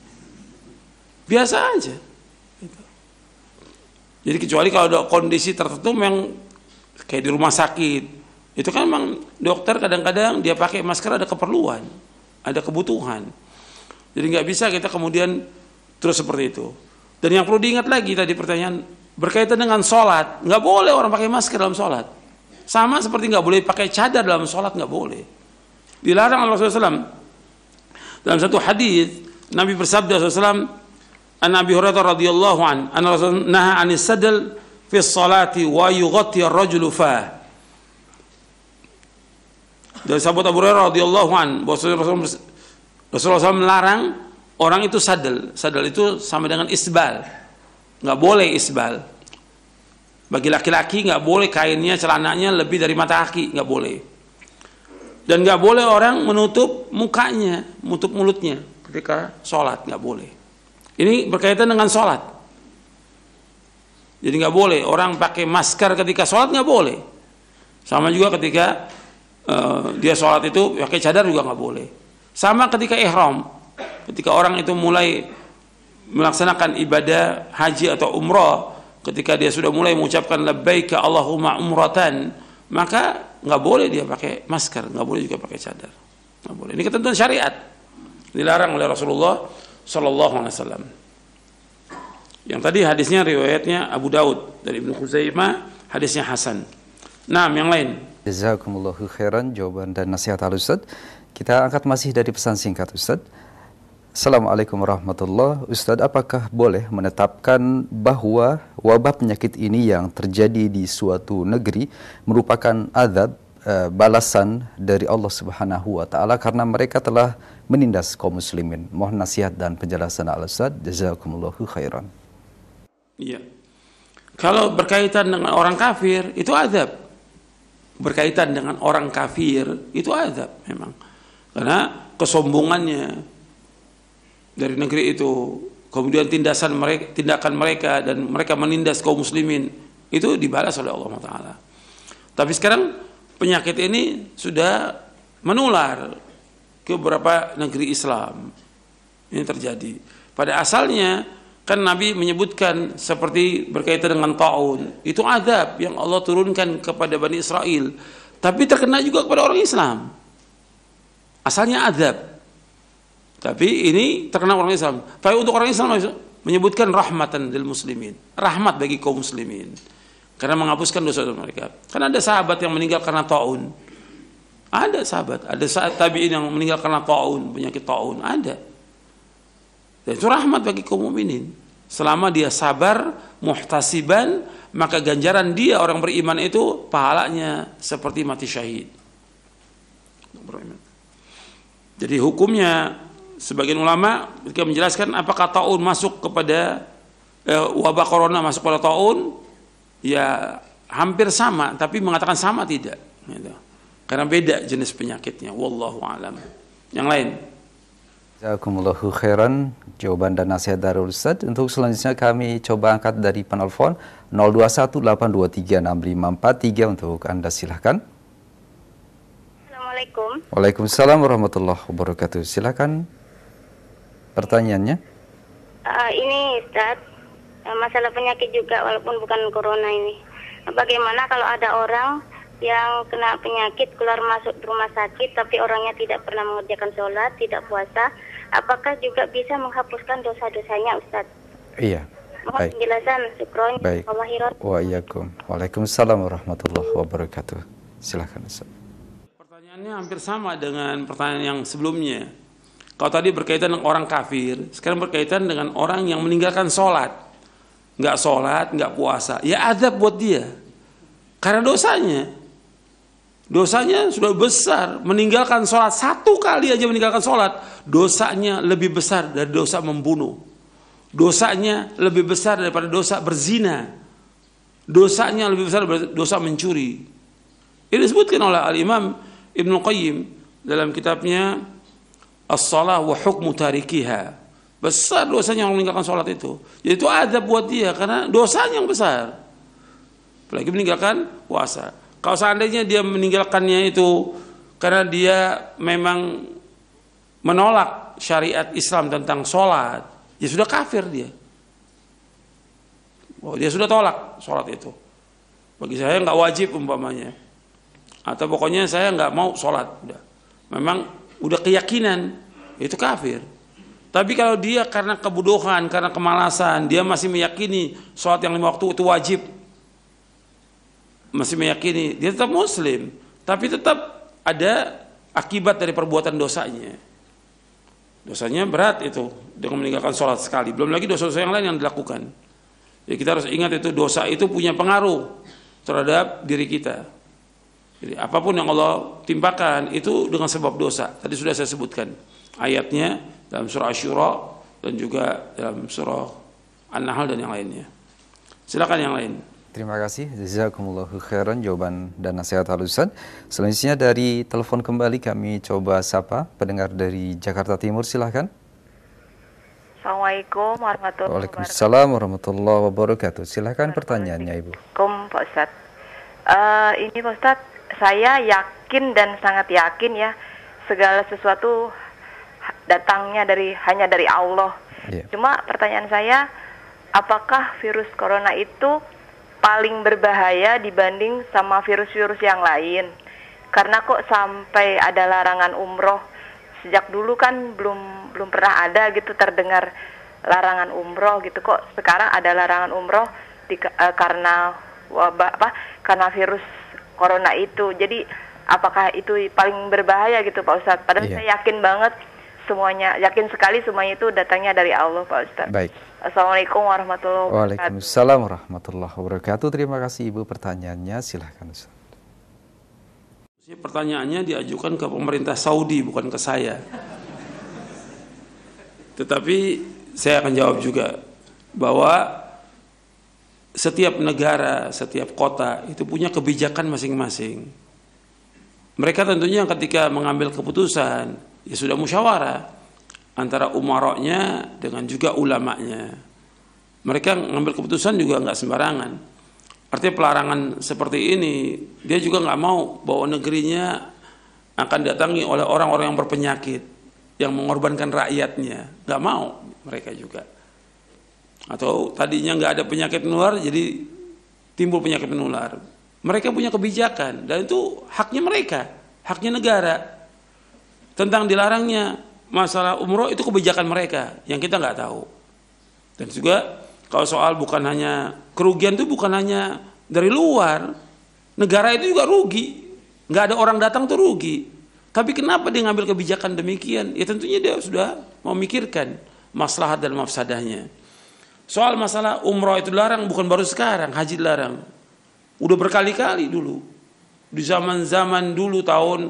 [SPEAKER 1] Biasa aja. Gitu. Jadi kecuali kalau ada kondisi tertentu memang kayak di rumah sakit, itu kan memang dokter kadang-kadang dia pakai masker ada keperluan, ada kebutuhan. Jadi nggak bisa kita kemudian terus seperti itu. Dan yang perlu diingat lagi tadi pertanyaan berkaitan dengan sholat, nggak boleh orang pakai masker dalam sholat. Sama seperti nggak boleh pakai cadar dalam sholat, nggak boleh. Dilarang oleh Rasulullah SAW. Dalam satu hadis Nabi bersabda SAW, an Abi Hurairah radhiyallahu anna Rasul naha 'anis sadal fi sholati wa yughatti ar-rajulu fa. Dari sahabat Abu Hurairah radhiyallahu anhu, Rasulullah SAW melarang orang itu sadal. Sadal itu sama dengan isbal. Nggak boleh isbal. Bagi laki-laki nggak boleh kainnya, celananya lebih dari mata kaki, nggak boleh. Dan nggak boleh orang menutup mukanya, menutup mulutnya ketika sholat, nggak boleh. Ini berkaitan dengan sholat. Jadi nggak boleh orang pakai masker ketika sholat, nggak boleh. Sama juga ketika dia sholat itu pakai cadar juga nggak boleh. Sama ketika ihram, ketika orang itu mulai melaksanakan ibadah haji atau umrah, ketika dia sudah mulai mengucapkan labbaika Allahumma umratan, maka nggak boleh dia pakai masker, nggak boleh juga pakai cadar, nggak boleh. Ini ketentuan syariat, dilarang oleh Rasulullah Sallallahu Alaihi Wasallam. Yang tadi hadisnya riwayatnya Abu Daud dari Ibnu Khuzaimah, hadisnya Hasan. Nah, yang lain.
[SPEAKER 2] Jazakumullahu khairan jawaban dan nasihat Al-Ustaz. Kita angkat masih dari pesan singkat Ustaz. Assalamualaikum warahmatullahi wabarakatuh. Ustaz, apakah boleh menetapkan bahwa wabah penyakit ini yang terjadi di suatu negeri merupakan azab balasan dari Allah Subhanahu wa taala karena mereka telah menindas kaum muslimin? Mohon nasihat dan penjelasan Al-Ustaz. Jazakumullahu khairan.
[SPEAKER 1] Iya. Kalau berkaitan dengan orang kafir itu azab. Berkaitan dengan orang kafir itu azab memang. Karena kesombongannya dari negeri itu, kemudian tindakan mereka dan mereka menindas kaum muslimin, itu dibalas oleh Allah Taala. Tapi sekarang penyakit ini sudah menular ke beberapa negeri Islam. Ini terjadi. Pada asalnya kan Nabi menyebutkan seperti berkaitan dengan taun, itu azab yang Allah turunkan kepada Bani Israel, tapi terkena juga kepada orang Islam. Asalnya azab, tapi ini terkena orang Islam. Tapi untuk orang Islam menyebutkan rahmatan lil muslimin, rahmat bagi kaum muslimin, karena menghapuskan dosa-dosa mereka. Karena ada sahabat yang meninggal karena taun, ada sahabat, ada tabi'in yang meninggal karena taun, penyakit taun, ada. Dan itu rahmat bagi kaum mukminin. Selama dia sabar, muhtasiban, maka ganjaran dia orang beriman itu pahalanya seperti mati syahid. Jadi hukumnya sebagian ulama ketika menjelaskan apakah taun masuk kepada wabah corona masuk pada taun, ya hampir sama, tapi mengatakan sama tidak, gitu. Karena beda jenis penyakitnya. Wallahu a'lam. Yang lain.
[SPEAKER 2] Jazakumullahu khairan jawaban dan nasihat dari Ustaz. Untuk selanjutnya kami coba angkat dari penelpon 0218236543 untuk Anda, silahkan.
[SPEAKER 3] Assalamualaikum.
[SPEAKER 2] Waalaikumsalam warahmatullahi wabarakatuh. Silahkan pertanyaannya.
[SPEAKER 3] Ini Ustaz, masalah penyakit juga walaupun bukan corona ini. Bagaimana kalau ada orang yang kena penyakit keluar masuk rumah sakit tapi orangnya tidak pernah mengerjakan sholat, tidak puasa, apakah juga bisa menghapuskan dosa-dosanya Ustaz?
[SPEAKER 2] Iya.
[SPEAKER 3] Mohon penjelasan. Syukron.
[SPEAKER 2] Baik. Wa iyyakum. Waalaikumsalam warahmatullahi wabarakatuh. Silakan Ustaz.
[SPEAKER 1] Pertanyaannya hampir sama dengan pertanyaan yang sebelumnya. Kalau tadi berkaitan dengan orang kafir, sekarang berkaitan dengan orang yang meninggalkan sholat. Nggak sholat, nggak puasa. Ya azab buat dia. Karena dosanya sudah besar. Meninggalkan sholat, satu kali aja meninggalkan sholat, dosanya lebih besar dari dosa membunuh. Dosanya lebih besar daripada dosa berzina. Dosanya lebih besar daripada dosa mencuri. Ini disebutkan oleh Al-Imam Ibnu Qayyim dalam kitabnya As-Shalah wa Hukmu Tarikiha. Besar dosanya yang meninggalkan sholat itu. Jadi itu azab buat dia karena dosanya yang besar. Apalagi meninggalkan puasa. Kalau seandainya dia meninggalkannya itu karena dia memang menolak syariat Islam tentang sholat, ya sudah kafir dia. Oh, dia sudah tolak sholat itu. Bagi saya nggak wajib umpamanya. Atau pokoknya saya nggak mau sholat. Memang udah keyakinan, itu kafir. Tapi kalau dia karena kebodohan, karena kemalasan, dia masih meyakini sholat yang 5 waktu itu wajib, masih meyakini, dia tetap muslim, tapi tetap ada akibat dari perbuatan dosanya. Dosanya berat itu dengan meninggalkan sholat sekali. Belum lagi dosa-dosa yang lain yang dilakukan. Jadi kita harus ingat itu dosa itu punya pengaruh terhadap diri kita. Jadi apapun yang Allah timpakan itu dengan sebab dosa. Tadi sudah saya sebutkan ayatnya dalam surah Asy-Syura dan juga dalam surah An-Nahl dan yang lainnya. Silakan yang lain.
[SPEAKER 2] Terima kasih, jazakumullahu khairan jawaban dan nasihat Al-Ustaz. Selanjutnya dari telepon kembali kami coba sapa pendengar dari Jakarta Timur, silahkan.
[SPEAKER 4] Assalamualaikum warahmatullahi wabarakatuh.
[SPEAKER 2] Waalaikumsalam warahmatullahi wabarakatuh. Silahkan pertanyaannya Ibu.
[SPEAKER 4] Assalamualaikum Pak Ustadz. Ini Pak Ustadz, saya yakin dan sangat yakin ya segala sesuatu datangnya hanya dari Allah.
[SPEAKER 2] Yeah.
[SPEAKER 4] Cuma pertanyaan saya, apakah virus corona itu paling berbahaya dibanding sama virus-virus yang lain? Karena kok sampai ada larangan umroh, sejak dulu kan belum pernah ada gitu terdengar larangan umroh gitu, kok sekarang ada larangan umroh karena wabah karena virus corona itu. Jadi apakah itu paling berbahaya gitu Pak Ustadz? Padahal saya yakin banget yakin sekali semuanya itu datangnya dari Allah Pak Ustadz.
[SPEAKER 2] Baik.
[SPEAKER 4] Assalamualaikum warahmatullahi wabarakatuh.
[SPEAKER 2] Waalaikumsalam warahmatullahi wabarakatuh. Terima kasih Ibu pertanyaannya, silahkan Ustaz.
[SPEAKER 1] Pertanyaannya diajukan ke pemerintah Saudi, bukan ke saya. Tetapi saya akan jawab juga bahwa setiap negara, setiap kota itu punya kebijakan masing-masing. Mereka tentunya ketika mengambil keputusan, ya sudah musyawarah antara umaroknya dengan juga ulamanya. Mereka mengambil keputusan juga nggak sembarangan. Artinya pelarangan seperti ini, dia juga nggak mau bahwa negerinya akan datangi oleh orang-orang yang berpenyakit, yang mengorbankan rakyatnya. Nggak mau mereka juga. Atau tadinya nggak ada penyakit menular, jadi timbul penyakit menular. Mereka punya kebijakan, dan itu haknya mereka, haknya negara. Tentang dilarangnya masalah umroh itu kebijakan mereka yang kita nggak tahu. Dan juga kalau soal bukan hanya kerugian itu bukan hanya dari luar, negara itu juga rugi. Nggak ada orang datang tuh rugi. Tapi kenapa dia ngambil kebijakan demikian? Ya tentunya dia sudah memikirkan maslahat dan mafsadahnya. Soal masalah umroh itu dilarang bukan baru sekarang, haji dilarang. Udah berkali-kali dulu. Di zaman-zaman dulu tahun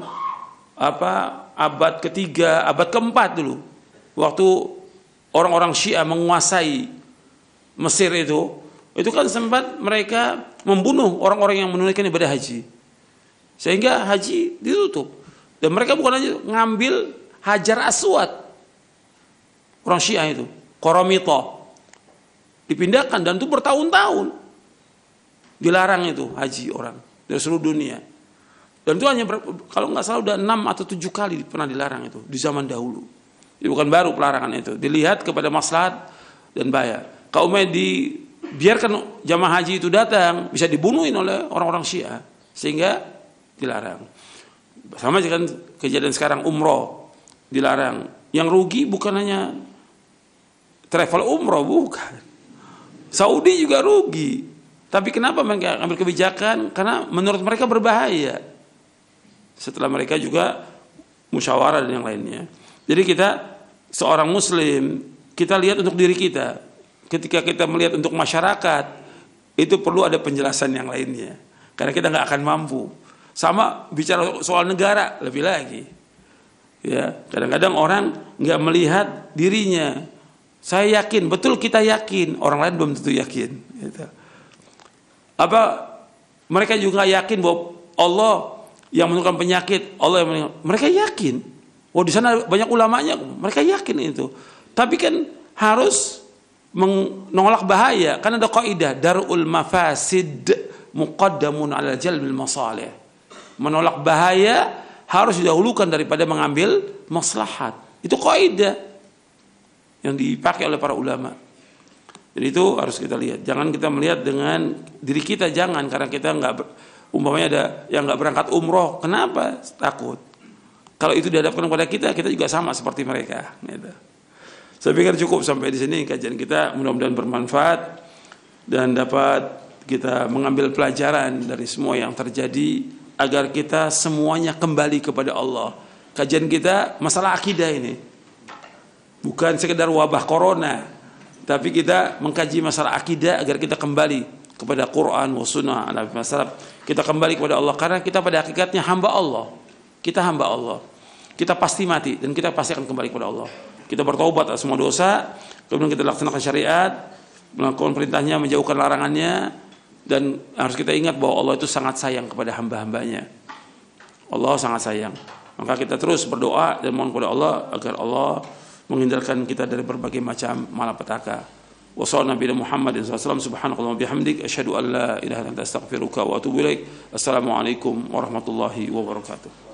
[SPEAKER 1] abad ketiga, abad keempat dulu, waktu orang-orang Syiah menguasai Mesir itu kan sempat mereka membunuh orang-orang yang menunaikan ibadah haji, sehingga haji ditutup. Dan mereka bukan hanya ngambil Hajar Aswad, orang Syiah itu, Qaramita, dipindahkan, dan itu bertahun-tahun dilarang itu haji orang dari seluruh dunia. Dan itu hanya kalau nggak salah udah 6 atau 7 kali pernah dilarang itu di zaman dahulu. Jadi bukan baru pelarangan itu. Dilihat kepada maslahat dan bahaya. Kalau dibiarkan jamaah haji itu datang, bisa dibunuhin oleh orang-orang Syiah, sehingga dilarang. Sama dengan kejadian sekarang umroh dilarang. Yang rugi bukan hanya travel umroh, bukan. Saudi juga rugi. Tapi kenapa mereka ambil kebijakan? Karena menurut mereka berbahaya. Setelah mereka juga musyawarah dan yang lainnya. Jadi kita seorang muslim, kita lihat untuk diri kita. Ketika kita melihat untuk masyarakat, itu perlu ada penjelasan yang lainnya. Karena kita nggak akan mampu. Sama bicara soal negara, lebih lagi. Ya, kadang-kadang orang nggak melihat dirinya. Saya yakin, betul kita yakin, orang lain belum tentu yakin. Gitu. Mereka juga yakin bahwa Allah yang menentukan penyakit, Allah yang menentukan. Mereka yakin. Oh, di sana banyak ulamanya, mereka yakin itu. Tapi kan harus menolak bahaya, karena ada kaidah darul mafasid muqaddamun ala jalbil masalih. Menolak bahaya harus didahulukan daripada mengambil maslahat. Itu kaidah yang dipakai oleh para ulama. Jadi itu harus kita lihat. Jangan kita melihat dengan diri kita, jangan, karena kita umpamanya ada yang nggak berangkat umroh, kenapa takut? Kalau itu dihadapkan kepada kita juga sama seperti mereka. Gitu. Saya pikir cukup sampai di sini kajian kita, mudah-mudahan bermanfaat dan dapat kita mengambil pelajaran dari semua yang terjadi agar kita semuanya kembali kepada Allah. kajian kita masalah akidah ini. Bukan sekedar wabah corona, tapi kita mengkaji masalah akidah agar kita kembali kepada Quran wa sunnah Nabi Muhammad. Kita kembali kepada Allah karena kita pada hakikatnya hamba Allah. Kita hamba Allah. Kita pasti mati dan kita pasti akan kembali kepada Allah. Kita bertaubat atas semua dosa, kemudian kita laksanakan syariat, melakukan perintahnya, menjauhkan larangannya, dan harus kita ingat bahwa Allah itu sangat sayang kepada hamba-hambanya. Allah sangat sayang. Maka kita terus berdoa dan mohon kepada Allah agar Allah menghindarkan kita dari berbagai macam malapetaka. Wa sallallahu nabiyana Muhammadin sallallahu alaihi wasallam subhanakallahumma bihamdik asyhadu an la ilaha illa anta astaghfiruka wa atubu ilaik. Assalamualaikum warahmatullahi wabarakatuh.